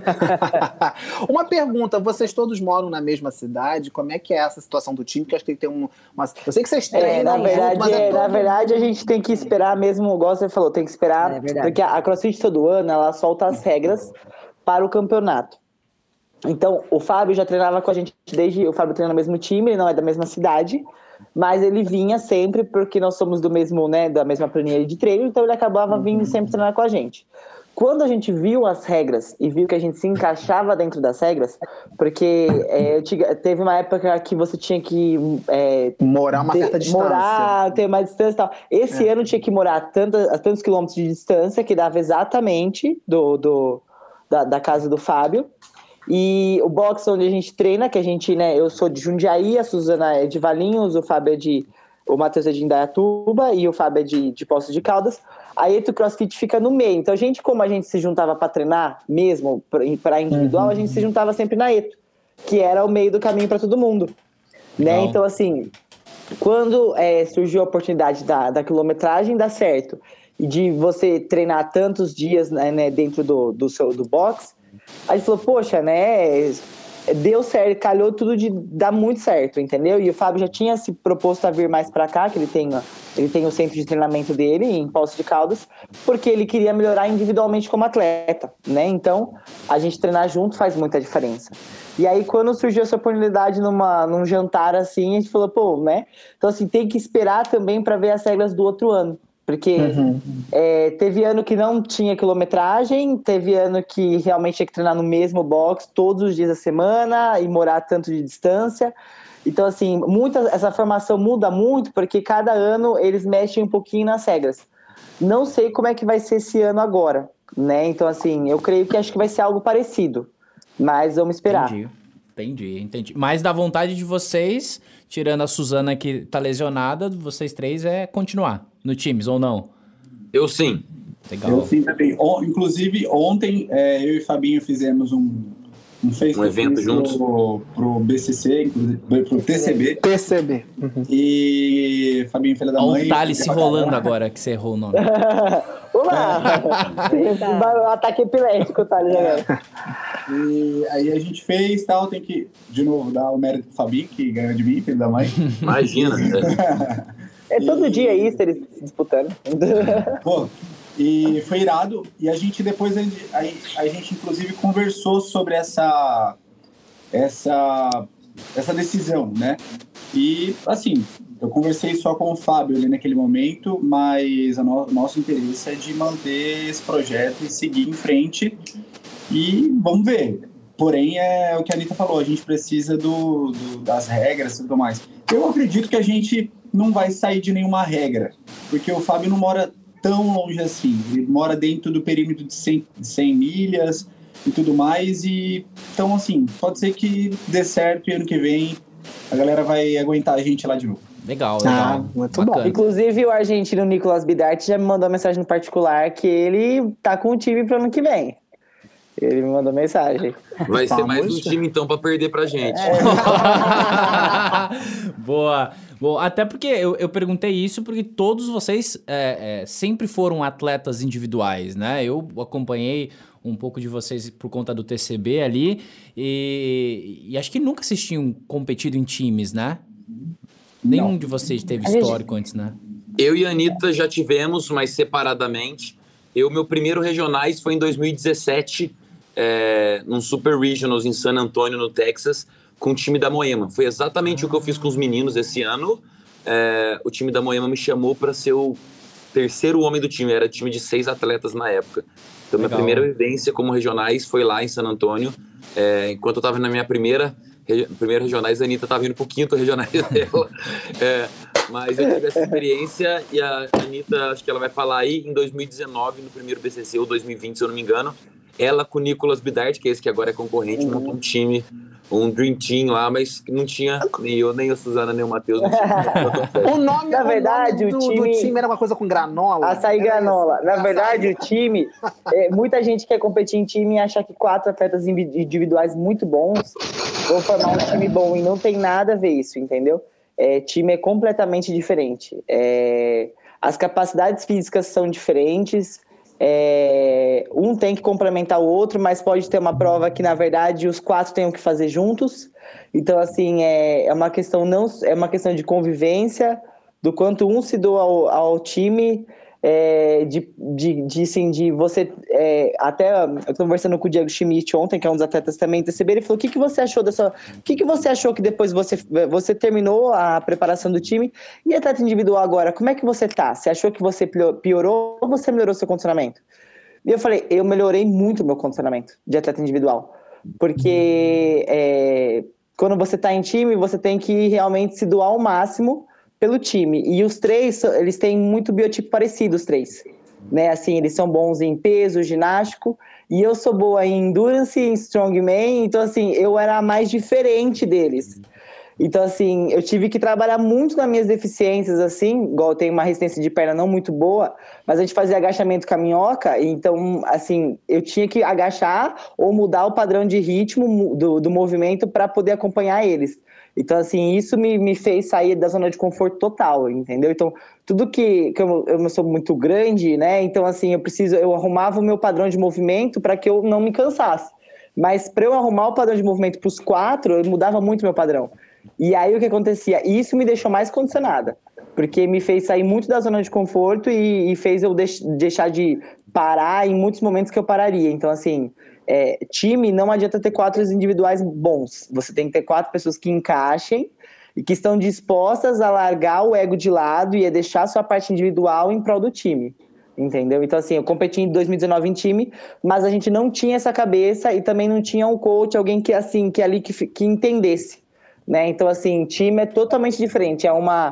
[SPEAKER 1] Uma pergunta, vocês todos moram na mesma cidade? Como é que é essa situação do time? Que acho que tem que ter uma... Eu sei que vocês treinam
[SPEAKER 3] na verdade, a gente tem que esperar mesmo, igual você falou, tem que esperar, porque a CrossFit todo ano, ela solta as regras para o campeonato. Então, o Fábio já treinava com a gente o Fábio treina no mesmo time, ele não é da mesma cidade, mas ele vinha sempre, porque nós somos do mesmo, né, da mesma planilha de treino, então ele acabava vindo sempre treinar com a gente. Quando a gente viu as regras e viu que a gente se encaixava dentro das regras, porque teve uma época que você tinha que
[SPEAKER 1] morar uma certa distância.
[SPEAKER 3] Ter mais distância e tal. Esse ano tinha que morar a tantos quilômetros de distância, que dava exatamente da casa do Fábio. E o box onde a gente treina, que a gente, né, eu sou de Jundiaí, a Suzana é de Valinhos, o Matheus é de Indaiatuba e o Fábio é de Poços de Caldas. A Eto CrossFit fica no meio. Então, como a gente se juntava para treinar mesmo, para individual, a gente se juntava sempre na Eto, que era o meio do caminho para todo mundo. Né? Então, assim, quando surgiu a oportunidade da quilometragem, dá certo. E de você treinar tantos dias, né, dentro do box, a gente falou, poxa, né, deu certo, calhou tudo de dar muito certo, entendeu? E o Fábio já tinha se proposto a vir mais pra cá, que ele tem o centro de treinamento dele em Poços de Caldas, porque ele queria melhorar individualmente como atleta, né? Então, a gente treinar junto faz muita diferença. E aí, quando surgiu essa oportunidade num jantar assim, a gente falou, pô, né? Então, assim, tem que esperar também para ver as regras do outro ano. Porque teve ano que não tinha quilometragem, teve ano que realmente tinha que treinar no mesmo box todos os dias da semana e morar tanto de distância. Então, assim, essa formação muda muito porque cada ano eles mexem um pouquinho nas regras. Não sei como é que vai ser esse ano agora, né? Então, assim, eu creio que acho que vai ser algo parecido, mas vamos esperar.
[SPEAKER 2] Entendi. Mas da vontade de vocês, tirando a Suzana que tá lesionada, vocês três continuar no Teams, ou não?
[SPEAKER 6] Eu sim.
[SPEAKER 2] Legal.
[SPEAKER 5] Eu sim também. Inclusive, ontem eu e Fabinho fizemos um
[SPEAKER 6] evento juntos
[SPEAKER 5] pro BCC, pro TCB.
[SPEAKER 1] TCB.
[SPEAKER 5] E Fabinho, filha da mãe...
[SPEAKER 2] Olha o Thales se rolando agora, que você errou o nome.
[SPEAKER 3] Olá! Ataque epilético, Thales.
[SPEAKER 5] E aí a gente fez tal, tem que, de novo, dar o mérito pro Fabinho, que ganhou de mim, filho da mãe.
[SPEAKER 6] Imagina.
[SPEAKER 3] Todo dia isso, eles disputando.
[SPEAKER 5] Pô, e foi irado. E a gente depois, a gente inclusive conversou sobre essa decisão, né? E, assim, eu conversei só com o Fábio ali naquele momento, mas o nosso interesse é de manter esse projeto e seguir em frente. E vamos ver. Porém, é o que a Anitta falou, a gente precisa das regras e tudo mais. Eu acredito que a gente não vai sair de nenhuma regra, porque o Fábio não mora tão longe assim. Ele mora dentro do perímetro de 100 milhas e tudo mais. E, então, assim, pode ser que dê certo e ano que vem a galera vai aguentar a gente lá de novo.
[SPEAKER 2] Legal.
[SPEAKER 1] Muito bom.
[SPEAKER 3] Inclusive, o argentino Nicolas Bidart já me mandou uma mensagem no particular que ele tá com o time pro ano que vem. Ele me mandou mensagem.
[SPEAKER 6] Vai ser mais um time, então, pra perder pra gente.
[SPEAKER 2] Boa. Bom, até porque eu perguntei isso porque todos vocês sempre foram atletas individuais, né? Eu acompanhei um pouco de vocês por conta do TCB ali e acho que nunca vocês tinham competido em times, né? Nenhum de vocês teve histórico antes, né?
[SPEAKER 6] Eu e a Anitta já tivemos, mas separadamente. Meu primeiro regionais foi em 2017, num Super Regionals em San Antonio, no Texas. com o time da Moema. Foi exatamente o que eu fiz com os meninos esse ano. O time da Moema me chamou para ser o terceiro homem do time. Era time de 6 atletas na época. Então, minha primeira vivência como regionais foi lá em San Antônio. Enquanto eu estava na minha primeira regionais, a Anitta estava indo para o 5º regionais dela. Mas eu tive essa experiência e a Anitta, acho que ela vai falar aí, em 2019, no primeiro BCC, ou 2020, se eu não me engano, ela com o Nicolas Bidart, que é esse que agora é concorrente, montou um time, um Dream Team lá, mas não tinha nem eu, nem a Suzana, nem o Matheus.
[SPEAKER 1] O nome,
[SPEAKER 3] na verdade,
[SPEAKER 1] o nome do time era uma coisa com granola.
[SPEAKER 3] Açaí granola. Na verdade, o time, muita gente quer competir em time e acha que 4 atletas individuais muito bons vão formar um time bom, e não tem nada a ver isso, entendeu? Time é completamente diferente. As capacidades físicas são diferentes. Um tem que complementar o outro, mas pode ter uma prova que, na verdade, os 4 tenham que fazer juntos. Então, assim, é uma questão de convivência, do quanto um se doa ao time, de você... até eu tô conversando com o Diego Schmidt ontem, que é um dos atletas também do TCB, ele falou: o que você achou o que você achou que depois você terminou a preparação do time e atleta individual agora, como é que você tá? Você achou que você piorou ou você melhorou seu condicionamento? E eu falei: eu melhorei muito o meu condicionamento de atleta individual, porque quando você tá em time, você tem que realmente se doar ao máximo pelo time, e os 3, eles têm muito biotipo parecido, os 3, né, assim, eles são bons em peso, ginástico, e eu sou boa em endurance, em strongman, então, assim, eu era a mais diferente deles. Então, assim, eu tive que trabalhar muito nas minhas deficiências, assim, igual eu tenho uma resistência de perna não muito boa, mas a gente fazia agachamento com a minhoca, então, assim, eu tinha que agachar ou mudar o padrão de ritmo do movimento para poder acompanhar eles. Então, assim, isso me fez sair da zona de conforto total, entendeu? Então, tudo que eu sou muito grande, né? Então, assim, eu arrumava o meu padrão de movimento para que eu não me cansasse. Mas para eu arrumar o padrão de movimento para os 4, eu mudava muito meu padrão. E aí, o que acontecia? Isso me deixou mais condicionada, porque me fez sair muito da zona de conforto e fez eu deixar de parar em muitos momentos que eu pararia. Então, assim... time, não adianta ter 4 individuais bons. Você tem que ter 4 pessoas que encaixem e que estão dispostas a largar o ego de lado e a deixar a sua parte individual em prol do time. Entendeu? Então, assim, eu competi em 2019 em time, mas a gente não tinha essa cabeça e também não tinha um coach, alguém que, assim, que entendesse, né? Então, assim, time é totalmente diferente.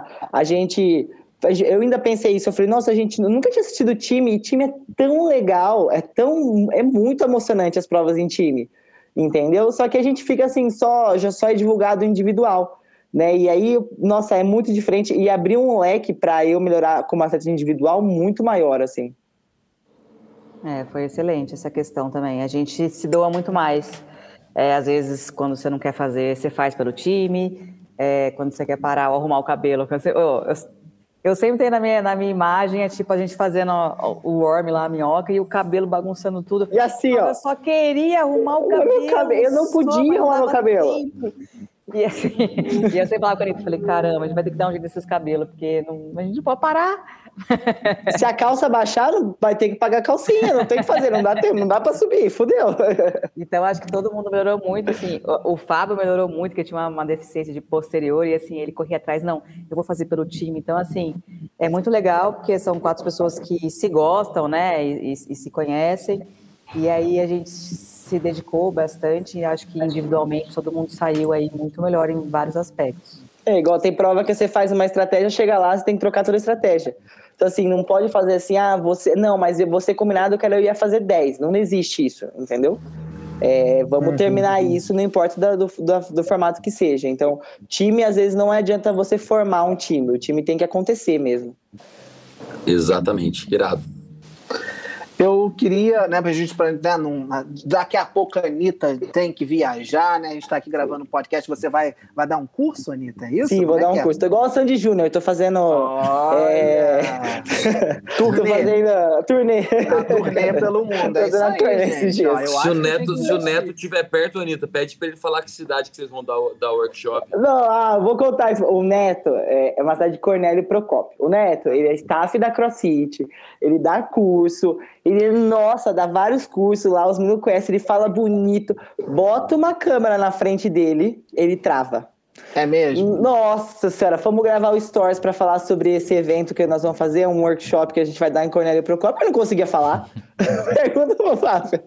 [SPEAKER 3] Eu ainda pensei isso, eu falei: nossa, a gente nunca tinha assistido time, e time é tão legal, é muito emocionante as provas em time, entendeu? Só que a gente fica assim, só é divulgado individual, né? E aí, nossa, é muito diferente, e abriu um leque para eu melhorar como atleta individual muito maior, assim.
[SPEAKER 4] Foi excelente essa questão também, a gente se doa muito mais. Às vezes, quando você não quer fazer, você faz pelo time, quando você quer parar ou arrumar o cabelo, eu sempre tenho na minha imagem, tipo a gente fazendo o worm lá, a minhoca, e o cabelo bagunçando tudo.
[SPEAKER 3] E assim, ó.
[SPEAKER 4] Eu só queria arrumar o cabelo.
[SPEAKER 3] Eu não podia arrumar meu cabelo.
[SPEAKER 4] E assim, e eu sempre falava com a Anitta, falei: caramba, a gente vai ter que dar um jeito nesses cabelos, porque a gente não pode parar.
[SPEAKER 3] Se a calça baixar, vai ter que pagar a calcinha, não tem o que fazer, não dá pra subir, fudeu.
[SPEAKER 4] Então, acho que todo mundo melhorou muito, assim, o Fábio melhorou muito, porque tinha uma deficiência de posterior, e assim, ele corria atrás, não, eu vou fazer pelo time. Então, assim, é muito legal, porque são 4 pessoas que se gostam, né, e se conhecem, e aí a gente se dedicou bastante, e acho que individualmente todo mundo saiu aí muito melhor em vários aspectos.
[SPEAKER 3] Igual tem prova que você faz uma estratégia, chega lá, você tem que trocar toda a estratégia. Então, assim, não pode fazer assim, mas você combinado que eu ia fazer 10. Não existe isso, entendeu? Vamos terminar isso, não importa do formato que seja. Então, time, às vezes, não adianta você formar um time. O time tem que acontecer mesmo.
[SPEAKER 6] Exatamente, irado.
[SPEAKER 1] Eu queria, né, pra gente, daqui a pouco a Anitta tem que viajar, né, a gente tá aqui gravando um podcast, você vai dar um curso, Anitta, é isso?
[SPEAKER 3] Sim, vou dar um curso, tô igual a Sandy Júnior, tô fazendo...
[SPEAKER 1] Turnê.
[SPEAKER 3] Tô fazendo turnê.
[SPEAKER 1] A turnê pelo mundo, é isso aí, gente.
[SPEAKER 6] Se o Neto estiver perto, Anitta, pede pra ele falar que cidade que vocês vão dar workshop.
[SPEAKER 3] Não, vou contar isso. O Neto é uma cidade de Cornélio Procópio. O Neto, ele é staff da CrossFit, ele dá curso, Ele, nossa, dá vários cursos lá, os meninos conhecem, ele fala bonito. Bota uma câmera na frente dele, ele trava.
[SPEAKER 1] É mesmo?
[SPEAKER 3] Nossa senhora, vamos gravar o Stories para falar sobre esse evento que nós vamos fazer, um workshop que a gente vai dar em Cornélio Procópio. Eu não conseguia falar. Pergunta pro Fábio.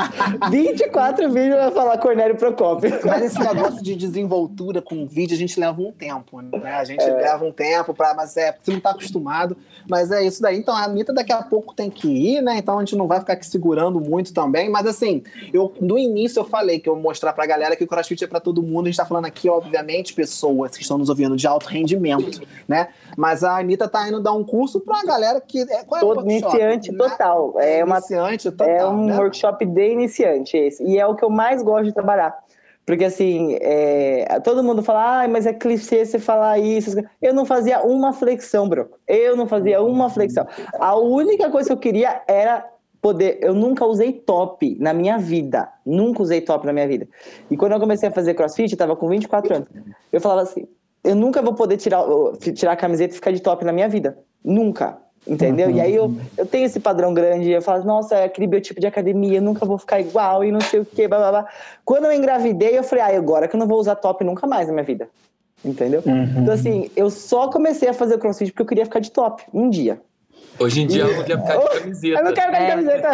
[SPEAKER 3] 24 vídeos vai falar Cornélio Procópio.
[SPEAKER 1] Mas esse negócio de desenvoltura com vídeo, a gente leva um tempo, né? A gente leva um tempo mas você não tá acostumado. Mas é isso daí. Então, a Anitta daqui a pouco tem que ir, né? Então, a gente não vai ficar aqui segurando muito também. Mas, assim, no início eu falei que eu vou mostrar pra galera que o CrossFit é pra todo mundo. A gente tá falando aqui, obviamente, pessoas que estão nos ouvindo de alto rendimento, né? Mas a Anitta tá indo dar um curso pra galera que... Qual é o workshop?
[SPEAKER 3] Iniciante total.
[SPEAKER 1] Iniciante total,
[SPEAKER 3] é um workshop de iniciante esse. E é o que eu mais gosto de trabalhar. Porque, assim, todo mundo fala, mas é clichê você falar isso. Eu não fazia uma flexão, bro. Eu não fazia uma flexão. A única coisa que eu queria era poder... Eu nunca usei top na minha vida. Nunca usei top na minha vida. E quando eu comecei a fazer CrossFit, eu tava com 24 anos. Eu falava assim, eu nunca vou poder tirar a camiseta e ficar de top na minha vida. Nunca. Entendeu? E aí eu tenho esse padrão grande, eu falo, nossa, é aquele biotipo de academia, eu nunca vou ficar igual e não sei o que, blá, blá, blá. Quando eu engravidei, eu falei, agora que eu não vou usar top nunca mais na minha vida. Entendeu? Então, assim, eu só comecei a fazer o CrossFit porque eu queria ficar de top, um dia.
[SPEAKER 6] Hoje em dia eu não quero ficar de camiseta.
[SPEAKER 3] Eu não quero ficar de camiseta.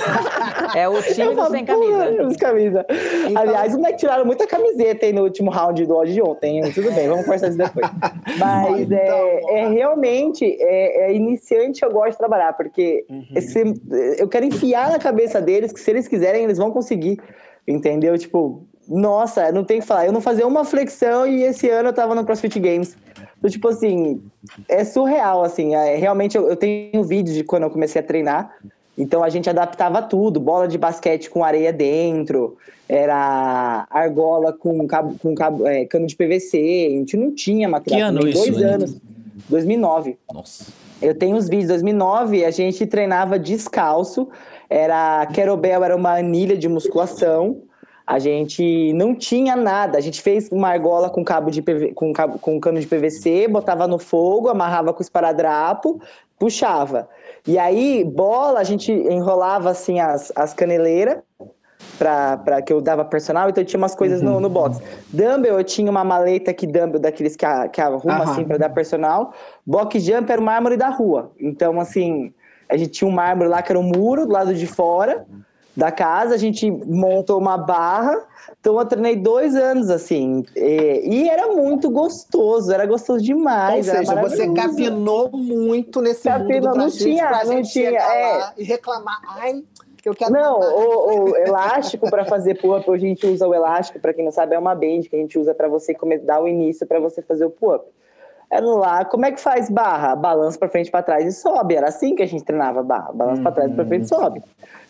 [SPEAKER 4] É o time do sem camisa.
[SPEAKER 3] Então... Aliás, os moleques tiraram muita camiseta aí no último round do hoje de ontem. Tudo bem, vamos conversar isso depois. Mas realmente, iniciante eu gosto de trabalhar, porque eu quero enfiar na cabeça deles que se eles quiserem, eles vão conseguir. Entendeu? Tipo, nossa, não tem que falar. Eu não fazia uma flexão e esse ano eu tava no CrossFit Games. Então, tipo assim, é surreal, assim. Realmente, eu tenho vídeos de quando eu comecei a treinar. Então, a gente adaptava tudo. Bola de basquete com areia dentro. Era argola com cano de PVC. A gente não tinha material.
[SPEAKER 2] Que ano isso?
[SPEAKER 3] 2 anos. 2009.
[SPEAKER 2] Nossa.
[SPEAKER 3] Eu tenho os vídeos. 2009, a gente treinava descalço. Kettlebell era uma anilha de musculação. A gente não tinha nada. A gente fez uma argola com cano de PVC, botava no fogo, amarrava com esparadrapo, puxava. E aí, bola, a gente enrolava assim as caneleiras para que eu dava personal, então eu tinha umas coisas no box. Dumbbell, eu tinha uma maleta dumbbell daqueles que arruma assim para dar personal. Box jump era o mármore da rua. Então, assim, a gente tinha um mármore lá que era um muro do lado de fora da casa, a gente montou uma barra, então eu treinei 2 anos, assim, e era muito gostoso, era gostoso demais.
[SPEAKER 1] Ou seja, você capinou muito nesse mundo do CrossFit pra gente chegar lá e reclamar, eu quero...
[SPEAKER 3] Não, o elástico para fazer pull-up, hoje a gente usa o elástico, para quem não sabe, é uma band que a gente usa para você dar o início para você fazer o pull-up. Era lá, como é que faz barra? Balança para frente, para trás e sobe. Era assim que a gente treinava barra. Balança para trás, para frente e sobe.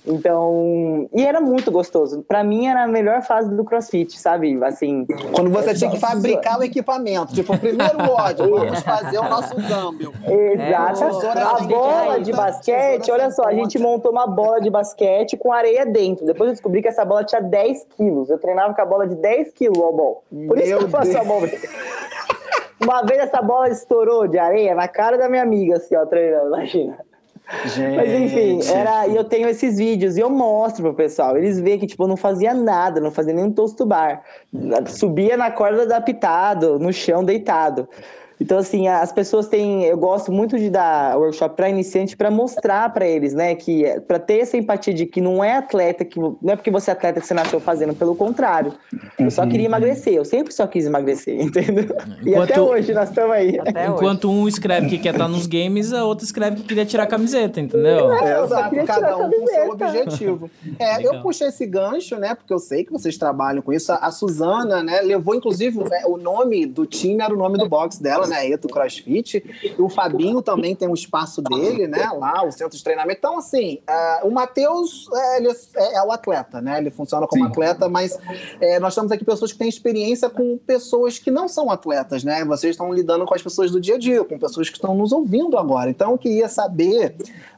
[SPEAKER 3] Então, e era muito gostoso. Para mim era a melhor fase do CrossFit, sabe? Assim,
[SPEAKER 1] quando você tinha que fabricar o equipamento, tipo, o primeiro ódio, vamos fazer o nosso dumbbell.
[SPEAKER 3] Exato. A bola de basquete, olha só, a gente montou uma bola de basquete com areia dentro. Depois eu descobri que essa bola tinha 10 quilos. Eu treinava com a bola de 10 quilos, ó, bom. Por isso que eu faço a bola. Uma vez essa bola estourou de areia na cara da minha amiga, assim, ó, treinando, imagina. Gente. Mas enfim, e eu tenho esses vídeos e eu mostro pro pessoal. Eles veem que, tipo, eu não fazia nada, não fazia nem um tosto bar. Subia na corda adaptado, no chão deitado. Então, assim, as pessoas eu gosto muito de dar workshop para iniciante para mostrar para eles, né, que para ter essa empatia de que não é atleta, não é porque você é atleta que você nasceu fazendo, pelo contrário. Eu só queria emagrecer, eu sempre só quis emagrecer, entendeu? E até hoje nós estamos aí.
[SPEAKER 2] Enquanto um escreve que quer estar nos games, a outra escreve que queria tirar a camiseta, entendeu?
[SPEAKER 1] Exato, cada um com seu objetivo. Eu puxei esse gancho, né, porque eu sei que vocês trabalham com isso. A Suzana, né, levou, inclusive, o nome do time era o nome do box dela, né, Eto CrossFit, e o Fabinho também tem um espaço dele, né, lá, o centro de treinamento. Então, assim, o Matheus, ele é o atleta, né, ele funciona como atleta, mas nós temos aqui pessoas que têm experiência com pessoas que não são atletas, né, vocês estão lidando com as pessoas do dia a dia, com pessoas que estão nos ouvindo agora. Então, eu queria saber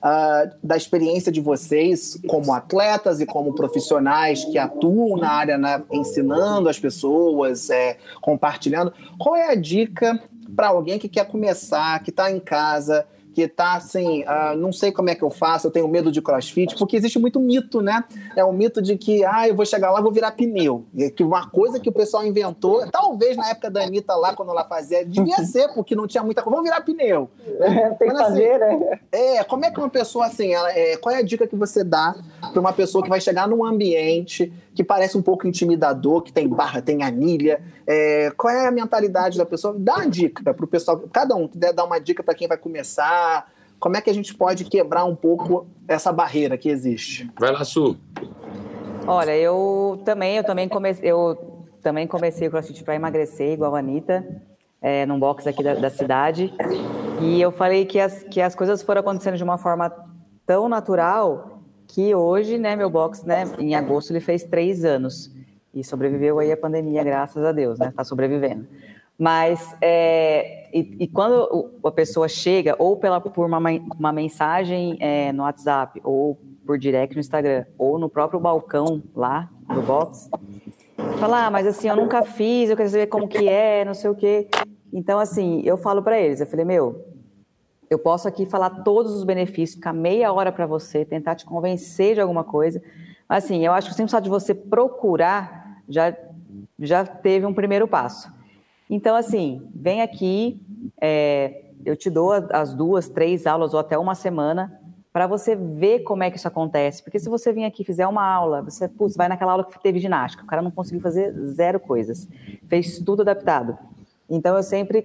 [SPEAKER 1] da experiência de vocês como atletas e como profissionais que atuam na área, né, ensinando as pessoas, compartilhando. Qual é a dica para alguém que quer começar, que está em casa, que tá assim, não sei como é que eu faço, eu tenho medo de CrossFit, porque existe muito mito, né? É o mito de que, eu vou chegar lá, vou virar pneu. Que uma coisa que o pessoal inventou, talvez na época da Anitta lá, quando ela fazia, devia ser, porque não tinha muita coisa, vamos virar pneu.
[SPEAKER 3] Tem que fazer,
[SPEAKER 1] assim,
[SPEAKER 3] né?
[SPEAKER 1] Como é que uma pessoa assim, qual é a dica que você dá para uma pessoa que vai chegar num ambiente que parece um pouco intimidador, que tem barra, tem anilha, qual é a mentalidade da pessoa? Dá uma dica para o pessoal, cada um quiser dar uma dica para quem vai começar, como é que a gente pode quebrar um pouco essa barreira que existe?
[SPEAKER 6] Vai lá, Su.
[SPEAKER 4] Olha, eu também comecei o CrossFit para emagrecer, igual a Anitta, num box aqui da cidade, e eu falei que as coisas foram acontecendo de uma forma tão natural que hoje, né, meu box, né, em agosto ele fez 3 anos e sobreviveu aí a pandemia, graças a Deus, né, tá sobrevivendo. Mas, quando a pessoa chega, ou por uma mensagem no WhatsApp, ou por direct no Instagram, ou no próprio balcão lá do box, fala, mas assim, eu nunca fiz, eu quero saber como que é, não sei o quê. Então, assim, eu falo para eles, eu falei, eu posso aqui falar todos os benefícios, ficar meia hora para você, tentar te convencer de alguma coisa, mas assim, eu acho que o simples fato de você procurar, já teve um primeiro passo. Então, assim, vem aqui, eu te dou as 2, 3 aulas ou até uma semana para você ver como é que isso acontece. Porque se você vir aqui e fizer uma aula, você vai naquela aula que teve ginástica, o cara não conseguiu fazer 0 coisas, fez tudo adaptado. Então, eu sempre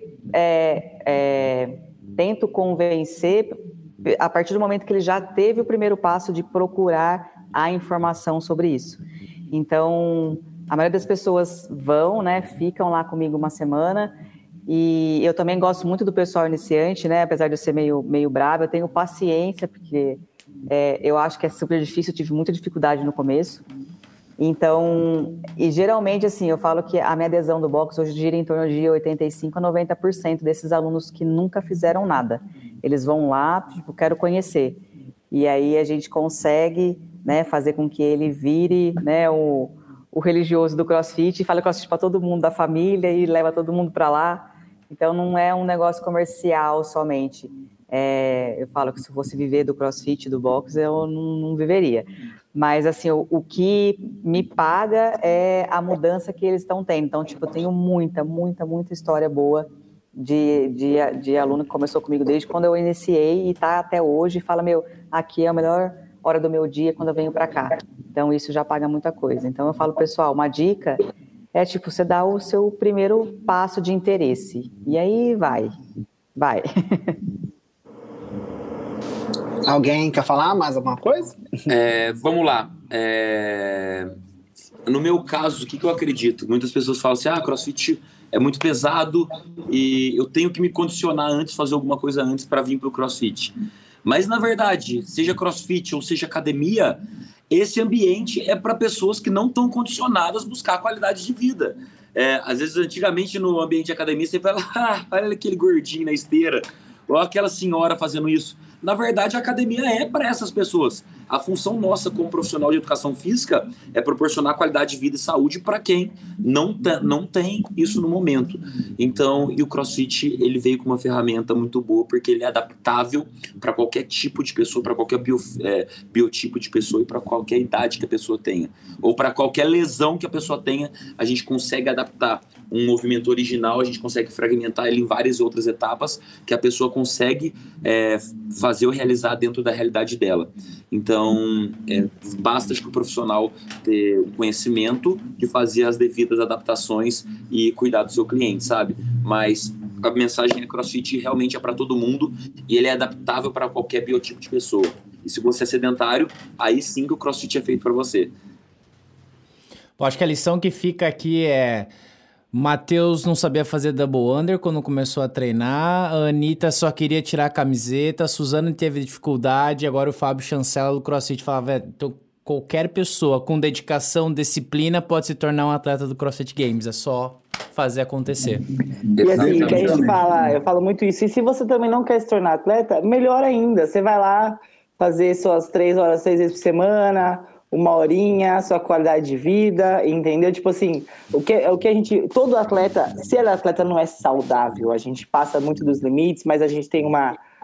[SPEAKER 4] tento convencer a partir do momento que ele já teve o primeiro passo de procurar a informação sobre isso. Então, a maioria das pessoas vão, né, ficam lá comigo uma semana, e eu também gosto muito do pessoal iniciante, né, apesar de eu ser meio brava, eu tenho paciência, porque eu acho que é super difícil, eu tive muita dificuldade no começo. Então, e geralmente, assim, eu falo que a minha adesão do box hoje gira em torno de 85% a 90% desses alunos que nunca fizeram nada. Eles vão lá, tipo, quero conhecer. E aí a gente consegue, né, fazer com que ele vire, né, o religioso do CrossFit, e fala CrossFit para todo mundo da família e leva todo mundo para lá. Então, não é um negócio comercial somente. Eu falo que se eu fosse viver do CrossFit, do box, eu não viveria. Mas, assim, o que me paga é a mudança que eles estão tendo. Então, tipo, eu tenho muita história boa de aluno que começou comigo desde quando eu iniciei e está até hoje, e fala, aqui é a melhor hora do meu dia quando eu venho para cá. Então, isso já paga muita coisa. Então, eu falo, pessoal, uma dica é, tipo, você dá o seu primeiro passo de interesse. E aí, vai.
[SPEAKER 1] Alguém quer falar mais alguma coisa?
[SPEAKER 6] Vamos lá. No meu caso, o que eu acredito? Muitas pessoas falam assim, CrossFit é muito pesado e eu tenho que me condicionar antes, fazer alguma coisa antes para vir para o CrossFit. Mas, na verdade, seja CrossFit ou seja academia, esse ambiente é para pessoas que não estão condicionadas a buscar qualidade de vida. Às vezes, antigamente, no ambiente de academia, você fala, olha aquele gordinho na esteira, ou aquela senhora fazendo isso. Na verdade, a academia é para essas pessoas. A função nossa como profissional de educação física é proporcionar qualidade de vida e saúde para quem não tem isso no momento. Então, e o CrossFit, ele veio com uma ferramenta muito boa, porque ele é adaptável para qualquer tipo de pessoa, para qualquer biotipo de pessoa e para qualquer idade que a pessoa tenha. Ou para qualquer lesão que a pessoa tenha, a gente consegue adaptar um movimento original, a gente consegue fragmentar ele em várias outras etapas que a pessoa consegue fazer ou realizar dentro da realidade dela. Então, basta para o profissional ter o conhecimento de fazer as devidas adaptações e cuidar do seu cliente, sabe? Mas a mensagem é CrossFit realmente é para todo mundo e ele é adaptável para qualquer biotipo de pessoa. E se você é sedentário, aí sim que o CrossFit é feito para você.
[SPEAKER 2] Eu acho que a lição que fica aqui é... Matheus não sabia fazer double under quando começou a treinar, a Anitta só queria tirar a camiseta, a Suzana teve dificuldade, agora o Fábio Chancela do CrossFit falava, então, qualquer pessoa com dedicação, disciplina pode se tornar um atleta do CrossFit Games, é só fazer acontecer.
[SPEAKER 3] E assim, que a gente fala, eu falo muito isso, e se você também não quer se tornar atleta, melhor ainda, você vai lá fazer suas 3 horas, 6 vezes por semana, 1 horinha, sua qualidade de vida, entendeu? Tipo assim, o que a gente... Todo atleta, se ele é atleta, não é saudável. A gente passa muito dos limites, mas a gente tem uma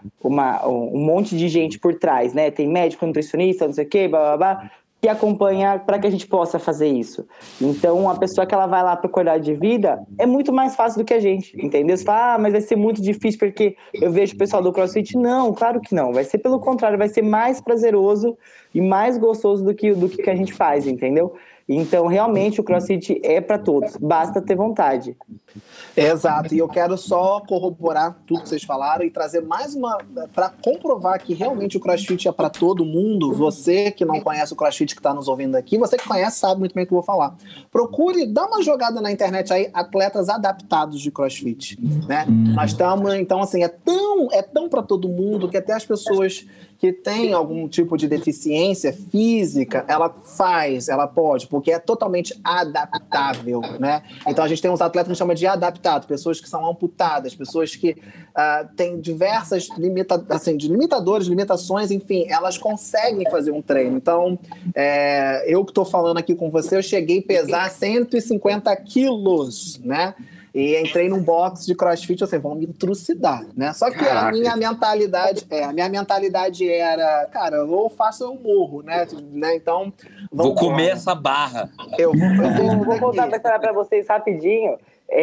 [SPEAKER 3] um monte de gente por trás, né? Tem médico, nutricionista, não sei o quê, blá, blá, blá, que acompanha para que a gente possa fazer isso. Então, a pessoa que ela vai lá para qualidade de vida é muito mais fácil do que a gente, entendeu? Você fala, mas vai ser muito difícil porque eu vejo o pessoal do CrossFit. Não, claro que não. Vai ser pelo contrário, vai ser mais prazeroso e mais gostoso do que a gente faz, entendeu? Então, realmente, o CrossFit é para todos. Basta ter vontade.
[SPEAKER 1] Exato, e eu quero só corroborar tudo que vocês falaram e trazer mais uma, para comprovar que realmente o CrossFit é para todo mundo. Você que não conhece o CrossFit que está nos ouvindo aqui, você que conhece sabe muito bem o que eu vou falar. Procure, dá uma jogada na internet aí, atletas adaptados de CrossFit, né? Nós estamos, então assim, é tão para todo mundo que até as pessoas que têm algum tipo de deficiência física, ela pode, porque é totalmente adaptável, né? Então a gente tem uns atletas que a gente chama de adaptados, pessoas que são amputadas, pessoas que têm diversas limitações, enfim, elas conseguem fazer um treino. Então, eu que estou falando aqui com você, eu cheguei a pesar 150 quilos, né? E entrei num box de CrossFit, vão me trucidar, né? Só que a minha mentalidade era, cara, ou faço ou eu morro, né? Então,
[SPEAKER 6] vou comer essa barra.
[SPEAKER 3] Eu vou voltar para falar para vocês rapidinho.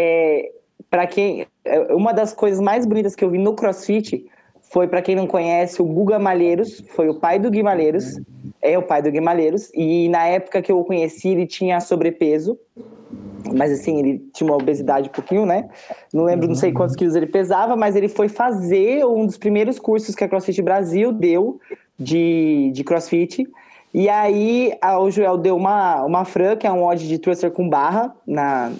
[SPEAKER 3] Uma das coisas mais bonitas que eu vi no CrossFit foi, para quem não conhece, o Guga Malheiros, foi o pai do Gui Malheiros, o pai do Gui Malheiros, e na época que eu o conheci, ele tinha sobrepeso, mas assim, ele tinha uma obesidade um pouquinho, né? Não lembro, não sei quantos quilos ele pesava, mas ele foi fazer um dos primeiros cursos que a CrossFit Brasil deu de CrossFit. E aí o Joel deu uma Fran, que é um odd de thruster com barra, né?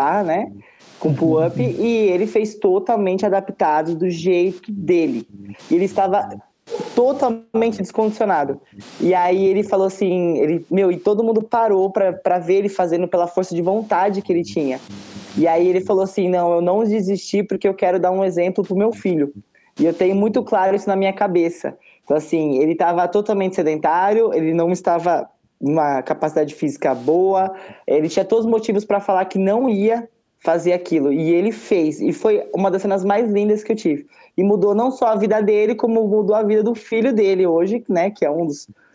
[SPEAKER 3] Com pull-up, e ele fez totalmente adaptado do jeito dele. E ele estava totalmente descondicionado. E aí ele falou assim, e todo mundo parou pra ver ele fazendo pela força de vontade que ele tinha. E aí ele falou assim, não, eu não desisti porque eu quero dar um exemplo pro meu filho. E eu tenho muito claro isso na minha cabeça. Então assim, ele estava totalmente sedentário, ele não estava numa capacidade física boa, ele tinha todos os motivos para falar que não ia fazer aquilo, e ele fez, e foi uma das cenas mais lindas que eu tive, e mudou não só a vida dele, como mudou a vida do filho dele hoje, né, que é um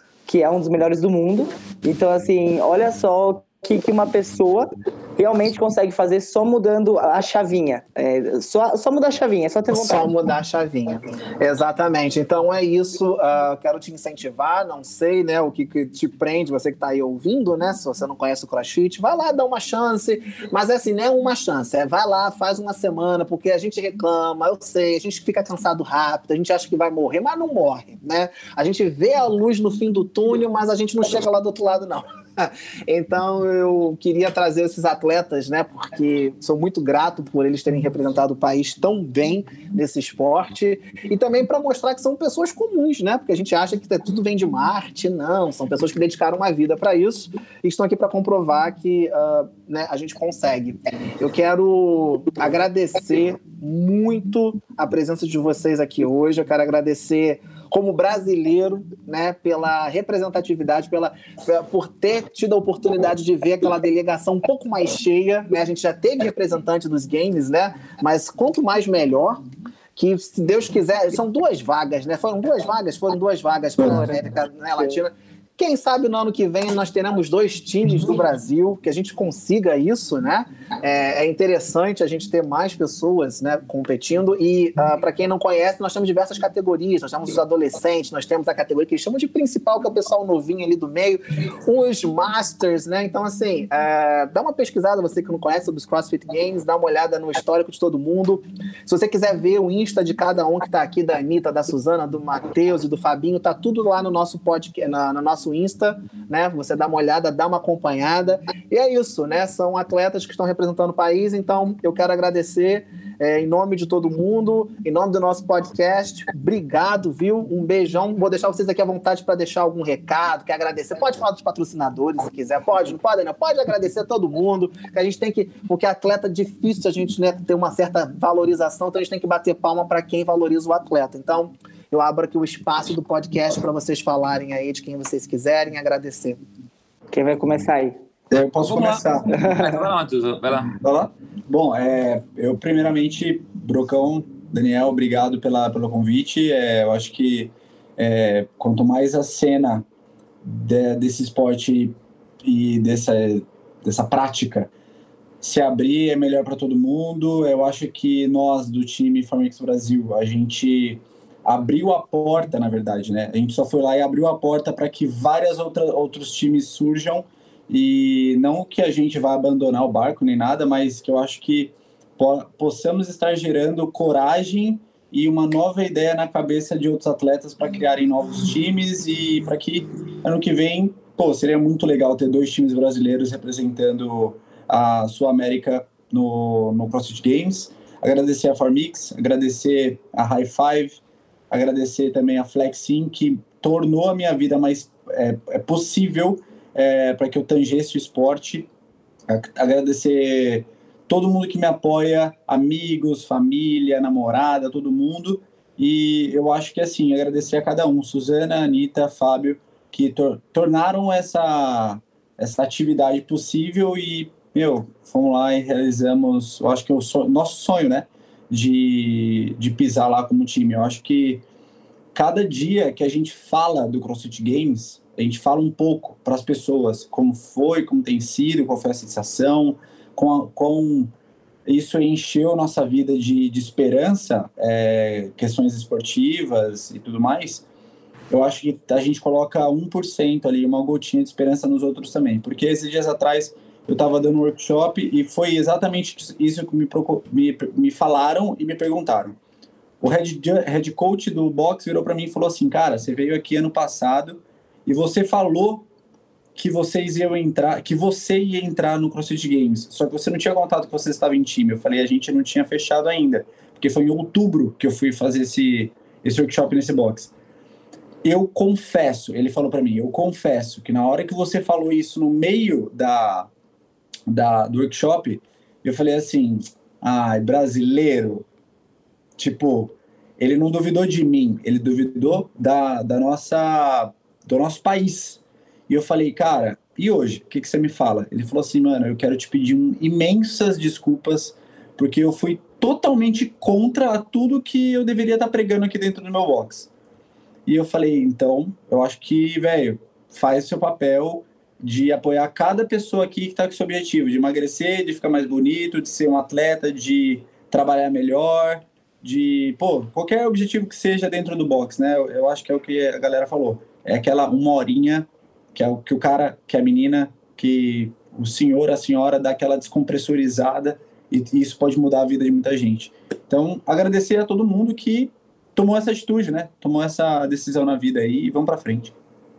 [SPEAKER 3] dos melhores do mundo. Então assim, olha só que uma pessoa realmente consegue fazer só mudando a chavinha. Só mudar a chavinha, só ter vontade.
[SPEAKER 1] Só mudar a chavinha. Exatamente. Então é isso. Quero te incentivar, não sei, né, o que te prende, você que está aí ouvindo, né? Se você não conhece o CrossFit, vai lá, dá uma chance. Mas é assim, não é uma chance. Vai lá, faz uma semana, porque a gente reclama, eu sei, a gente fica cansado rápido, a gente acha que vai morrer, mas não morre, né? A gente vê a luz no fim do túnel, mas a gente não chega lá do outro lado, não. Então eu queria trazer esses atletas, né, porque sou muito grato por eles terem representado o país tão bem nesse esporte, e também para mostrar que são pessoas comuns, né, porque a gente acha que tudo vem de Marte. Não, são pessoas que dedicaram uma vida para isso e estão aqui para comprovar que né, a gente consegue. Eu quero agradecer muito a presença de vocês aqui hoje. Eu quero agradecer como brasileiro, né, pela representatividade, por ter tido a oportunidade de ver aquela delegação um pouco mais cheia, né? A gente já teve representante dos games, né? Mas quanto mais melhor, que se Deus quiser, são 2 vagas, né? Foram duas vagas para a América, né, Latina. Quem sabe no ano que vem nós teremos 2 times do Brasil, que a gente consiga isso, né? É interessante a gente ter mais pessoas, né, competindo. E para quem não conhece, nós temos diversas categorias. Nós temos os adolescentes, nós temos a categoria que eles chamam de principal, que é o pessoal novinho ali do meio, os Masters, né? Então, assim, dá uma pesquisada, você que não conhece, sobre os CrossFit Games, dá uma olhada no histórico de todo mundo. Se você quiser ver o Insta de cada um que está aqui, da Anitta, da Suzana, do Matheus e do Fabinho, tá tudo lá no nosso podcast, no nosso Insta, né? Você dá uma olhada, dá uma acompanhada. E é isso, né? São atletas que estão representando o país, então eu quero agradecer em nome de todo mundo, em nome do nosso podcast. Obrigado, viu? Um beijão. Vou deixar vocês aqui à vontade para deixar algum recado, quer agradecer. Pode falar dos patrocinadores se quiser. Pode, não pode? Não pode agradecer a todo mundo, que a gente tem que, porque atleta é difícil a gente, né, ter uma certa valorização, então a gente tem que bater palma para quem valoriza o atleta. Então, eu abro aqui o espaço do podcast para vocês falarem aí de quem vocês quiserem agradecer.
[SPEAKER 3] Quem vai começar aí?
[SPEAKER 5] Eu posso começar.
[SPEAKER 6] Vai lá, Matheus. Vai lá.
[SPEAKER 5] Bom, eu primeiramente, Brocão, Daniel, obrigado pelo convite. Eu acho que quanto mais a cena desse esporte e dessa prática se abrir, é melhor para todo mundo. Eu acho que nós, do time Formix Brasil, a gente abriu a porta, na verdade, né? A gente só foi lá e abriu a porta para que vários outros times surjam, e não que a gente vá abandonar o barco nem nada, mas que eu acho que possamos estar gerando coragem e uma nova ideia na cabeça de outros atletas para criarem novos times, e para que ano que vem, seria muito legal ter 2 times brasileiros representando a Sul-América no CrossFit Games. Agradecer a Formix, agradecer a High Five, agradecer também a Flexin, que tornou a minha vida mais possível para que eu tangesse o esporte. Agradecer todo mundo que me apoia, amigos, família, namorada, todo mundo. E eu acho que, assim, agradecer a cada um, Suzana, Anitta, Fábio, que tornaram essa atividade possível, e, fomos lá e realizamos, eu acho que nosso sonho, né, de pisar lá como time. Eu acho que cada dia que a gente fala do CrossFit Games, a gente fala um pouco para as pessoas como foi, como tem sido, qual foi a sensação, com isso encheu nossa vida de esperança, questões esportivas e tudo mais. Eu acho que a gente coloca 1% ali, uma gotinha de esperança nos outros também. Porque esses dias atrás eu estava dando um workshop e foi exatamente isso que me falaram e me perguntaram. O head coach do box virou para mim e falou assim: cara, você veio aqui ano passado e você falou que você ia entrar no CrossFit Games, só que você não tinha contado que você estava em time. Eu falei, a gente não tinha fechado ainda, porque foi em outubro que eu fui fazer esse workshop nesse box. Eu confesso, ele falou para mim, eu confesso que na hora que você falou isso no meio do workshop, eu falei assim, brasileiro, tipo, ele não duvidou de mim, ele duvidou do nosso país. E eu falei, cara, e hoje? O que você me fala? Ele falou assim, mano, eu quero te pedir imensas desculpas, porque eu fui totalmente contra tudo que eu deveria estar pregando aqui dentro do meu box. E eu falei, então, eu acho que, velho, faz o seu papel de apoiar cada pessoa aqui que está com esse objetivo, de emagrecer, de ficar mais bonito, de ser um atleta, de trabalhar melhor, de, qualquer objetivo que seja dentro do box, né? Eu acho que é o que a galera falou. É aquela 1 horinha que é o que o cara, que a menina, que o senhor, a senhora dá aquela descompressurizada, e isso pode mudar a vida de muita gente. Então, agradecer a todo mundo que tomou essa atitude, né? Tomou essa decisão na vida aí, e vamos para frente.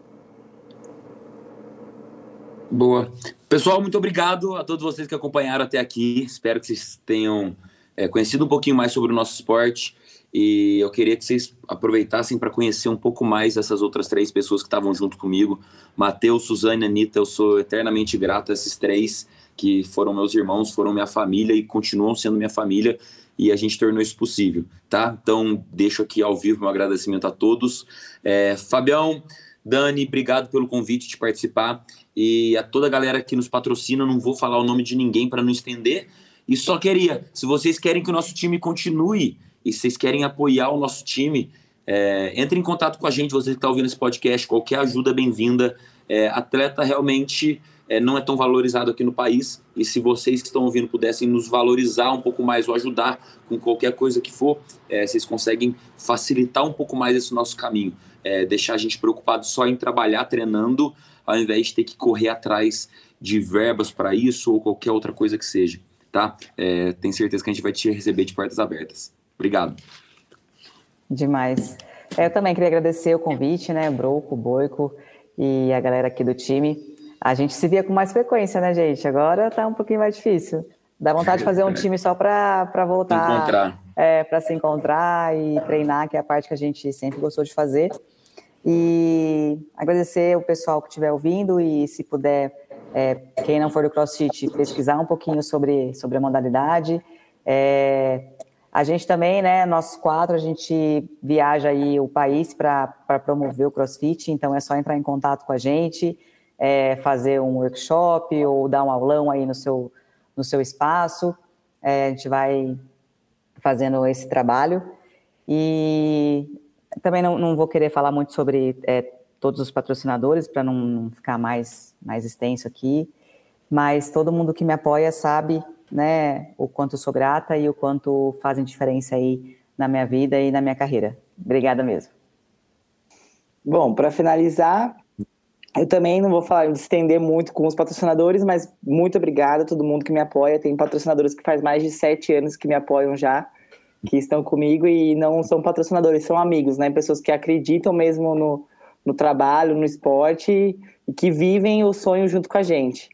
[SPEAKER 6] Boa. Pessoal, muito obrigado a todos vocês que acompanharam até aqui. Espero que vocês tenham conhecido um pouquinho mais sobre o nosso esporte. E eu queria que vocês aproveitassem para conhecer um pouco mais dessas outras 3 pessoas que estavam junto comigo. Matheus, Suzane e Anitta, eu sou eternamente grato a esses 3, que foram meus irmãos, foram minha família e continuam sendo minha família. E a gente tornou isso possível, tá? Então, deixo aqui ao vivo meu agradecimento a todos. Fabião, Dani, obrigado pelo convite de participar. E a toda a galera que nos patrocina, não vou falar o nome de ninguém para não estender. E só queria, se vocês querem que o nosso time continue e se vocês querem apoiar o nosso time, entre em contato com a gente, você que está ouvindo esse podcast, qualquer ajuda é bem-vinda. Atleta realmente não é tão valorizado aqui no país, e se vocês que estão ouvindo pudessem nos valorizar um pouco mais ou ajudar com qualquer coisa que for, vocês conseguem facilitar um pouco mais esse nosso caminho, deixar a gente preocupado só em trabalhar treinando, ao invés de ter que correr atrás de verbas para isso ou qualquer outra coisa que seja, tá? Tenho certeza que a gente vai te receber de portas abertas. Obrigado.
[SPEAKER 4] Demais. Eu também queria agradecer o convite, né, Broco, Boico e a galera aqui do time. A gente se via com mais frequência, né, gente? Agora tá um pouquinho mais difícil. Dá vontade de fazer um time só para voltar. Para se encontrar e treinar, que é a parte que a gente sempre gostou de fazer. E agradecer o pessoal que estiver ouvindo, e se puder, quem não for do CrossFit, pesquisar um pouquinho sobre a modalidade. A gente também, né, nós 4, a gente viaja aí o país para promover o CrossFit, então é só entrar em contato com a gente, fazer um workshop ou dar um aulão aí no seu espaço. A gente vai fazendo esse trabalho. E também não vou querer falar muito sobre todos os patrocinadores, para não ficar mais extenso aqui, mas todo mundo que me apoia sabe, né, o quanto eu sou grata e o quanto fazem diferença aí na minha vida e na minha carreira. Obrigada mesmo.
[SPEAKER 3] Bom, para finalizar, eu também não vou estender muito com os patrocinadores, mas muito obrigada a todo mundo que me apoia. Tem patrocinadores que faz mais de 7 anos que me apoiam já, que estão comigo e não são patrocinadores, são amigos, né? Pessoas que acreditam mesmo no trabalho, no esporte e que vivem o sonho junto com a gente.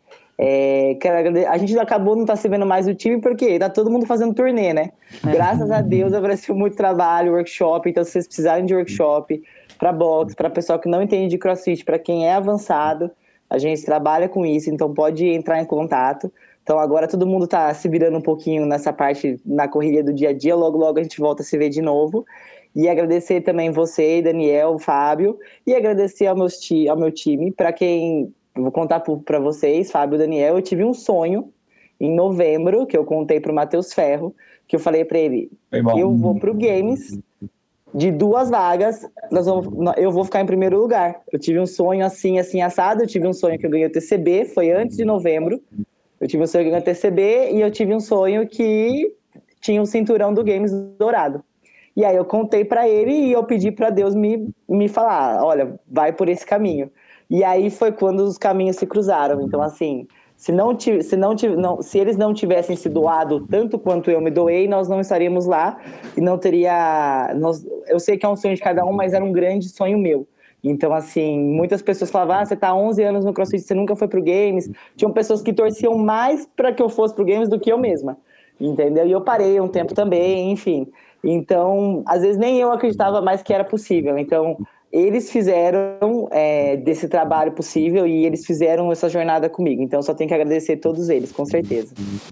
[SPEAKER 3] A gente acabou não se vendo mais no time porque tá todo mundo fazendo turnê, né? Graças a Deus apareceu muito trabalho, workshop, então se vocês precisarem de workshop para boxe, para pessoal que não entende de CrossFit, para quem é avançado, a gente trabalha com isso, então pode entrar em contato. Então agora todo mundo tá se virando um pouquinho nessa parte, na correria do dia a dia, logo a gente volta a se ver de novo. E agradecer também você, Daniel, Fábio, e agradecer ao meu time, para quem... Eu vou contar para vocês, Fábio e Daniel, eu tive um sonho em novembro, que eu contei para o Matheus Ferro, que eu falei para ele, eu vou pro Games, de 2 vagas, eu vou ficar em primeiro lugar. Eu tive um sonho assim assado, eu tive um sonho que eu ganhei o TCB, foi antes de novembro, eu tive um sonho que eu ganhei o TCB, e eu tive um sonho que tinha um cinturão do Games dourado. E aí eu contei para ele e eu pedi para Deus me falar, olha, vai por esse caminho. E aí foi quando os caminhos se cruzaram. Então, assim, se eles não tivessem se doado tanto quanto eu me doei, nós não estaríamos lá e não teria... eu sei que é um sonho de cada um, mas era um grande sonho meu. Então, assim, muitas pessoas falavam, você tá há 11 anos no CrossFit, você nunca foi pro Games. Tinham pessoas que torciam mais para que eu fosse pro Games do que eu mesma, entendeu? E eu parei um tempo também, enfim. Então, às vezes nem eu acreditava mais que era possível. Então... eles fizeram desse trabalho possível e eles fizeram essa jornada comigo. Então, só tenho que agradecer todos eles, com certeza.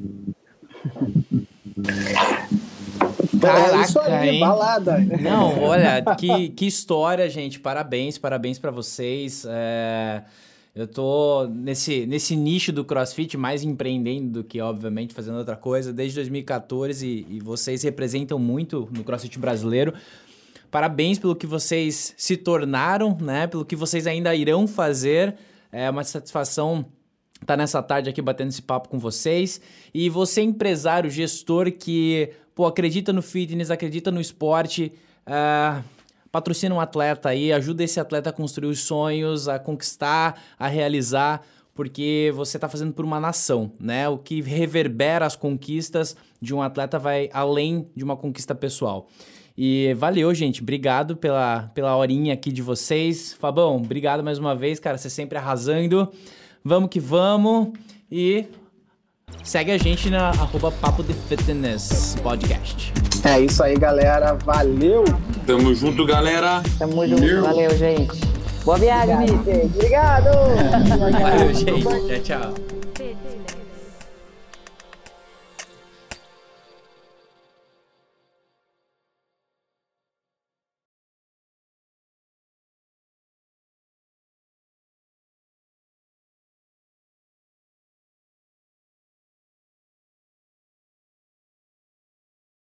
[SPEAKER 2] Caraca,
[SPEAKER 1] isso aí,
[SPEAKER 2] hein?
[SPEAKER 1] balada.
[SPEAKER 2] Não, olha, que história, gente. Parabéns para vocês. Eu tô nesse nicho do CrossFit, mais empreendendo do que, obviamente, fazendo outra coisa, desde 2014 e vocês representam muito no CrossFit brasileiro. Parabéns pelo que vocês se tornaram, né? Pelo que vocês ainda irão fazer. É uma satisfação estar nessa tarde aqui batendo esse papo com vocês. E você, empresário, gestor que acredita no fitness, acredita no esporte, patrocina um atleta aí, ajuda esse atleta a construir os sonhos, a conquistar, a realizar, porque você está fazendo por uma nação, né? O que reverbera as conquistas de um atleta vai além de uma conquista pessoal. E valeu, gente. Obrigado pela horinha aqui de vocês. Fabão, obrigado mais uma vez, cara. Você sempre arrasando. Vamos que vamos. E segue a gente na @Papo de Fitness Podcast.
[SPEAKER 1] É isso aí, galera. Valeu!
[SPEAKER 6] Tamo junto, galera.
[SPEAKER 4] Tamo junto. Valeu, gente. Boa viagem, Vitor.
[SPEAKER 3] Obrigado!
[SPEAKER 2] Valeu, gente. Tchau.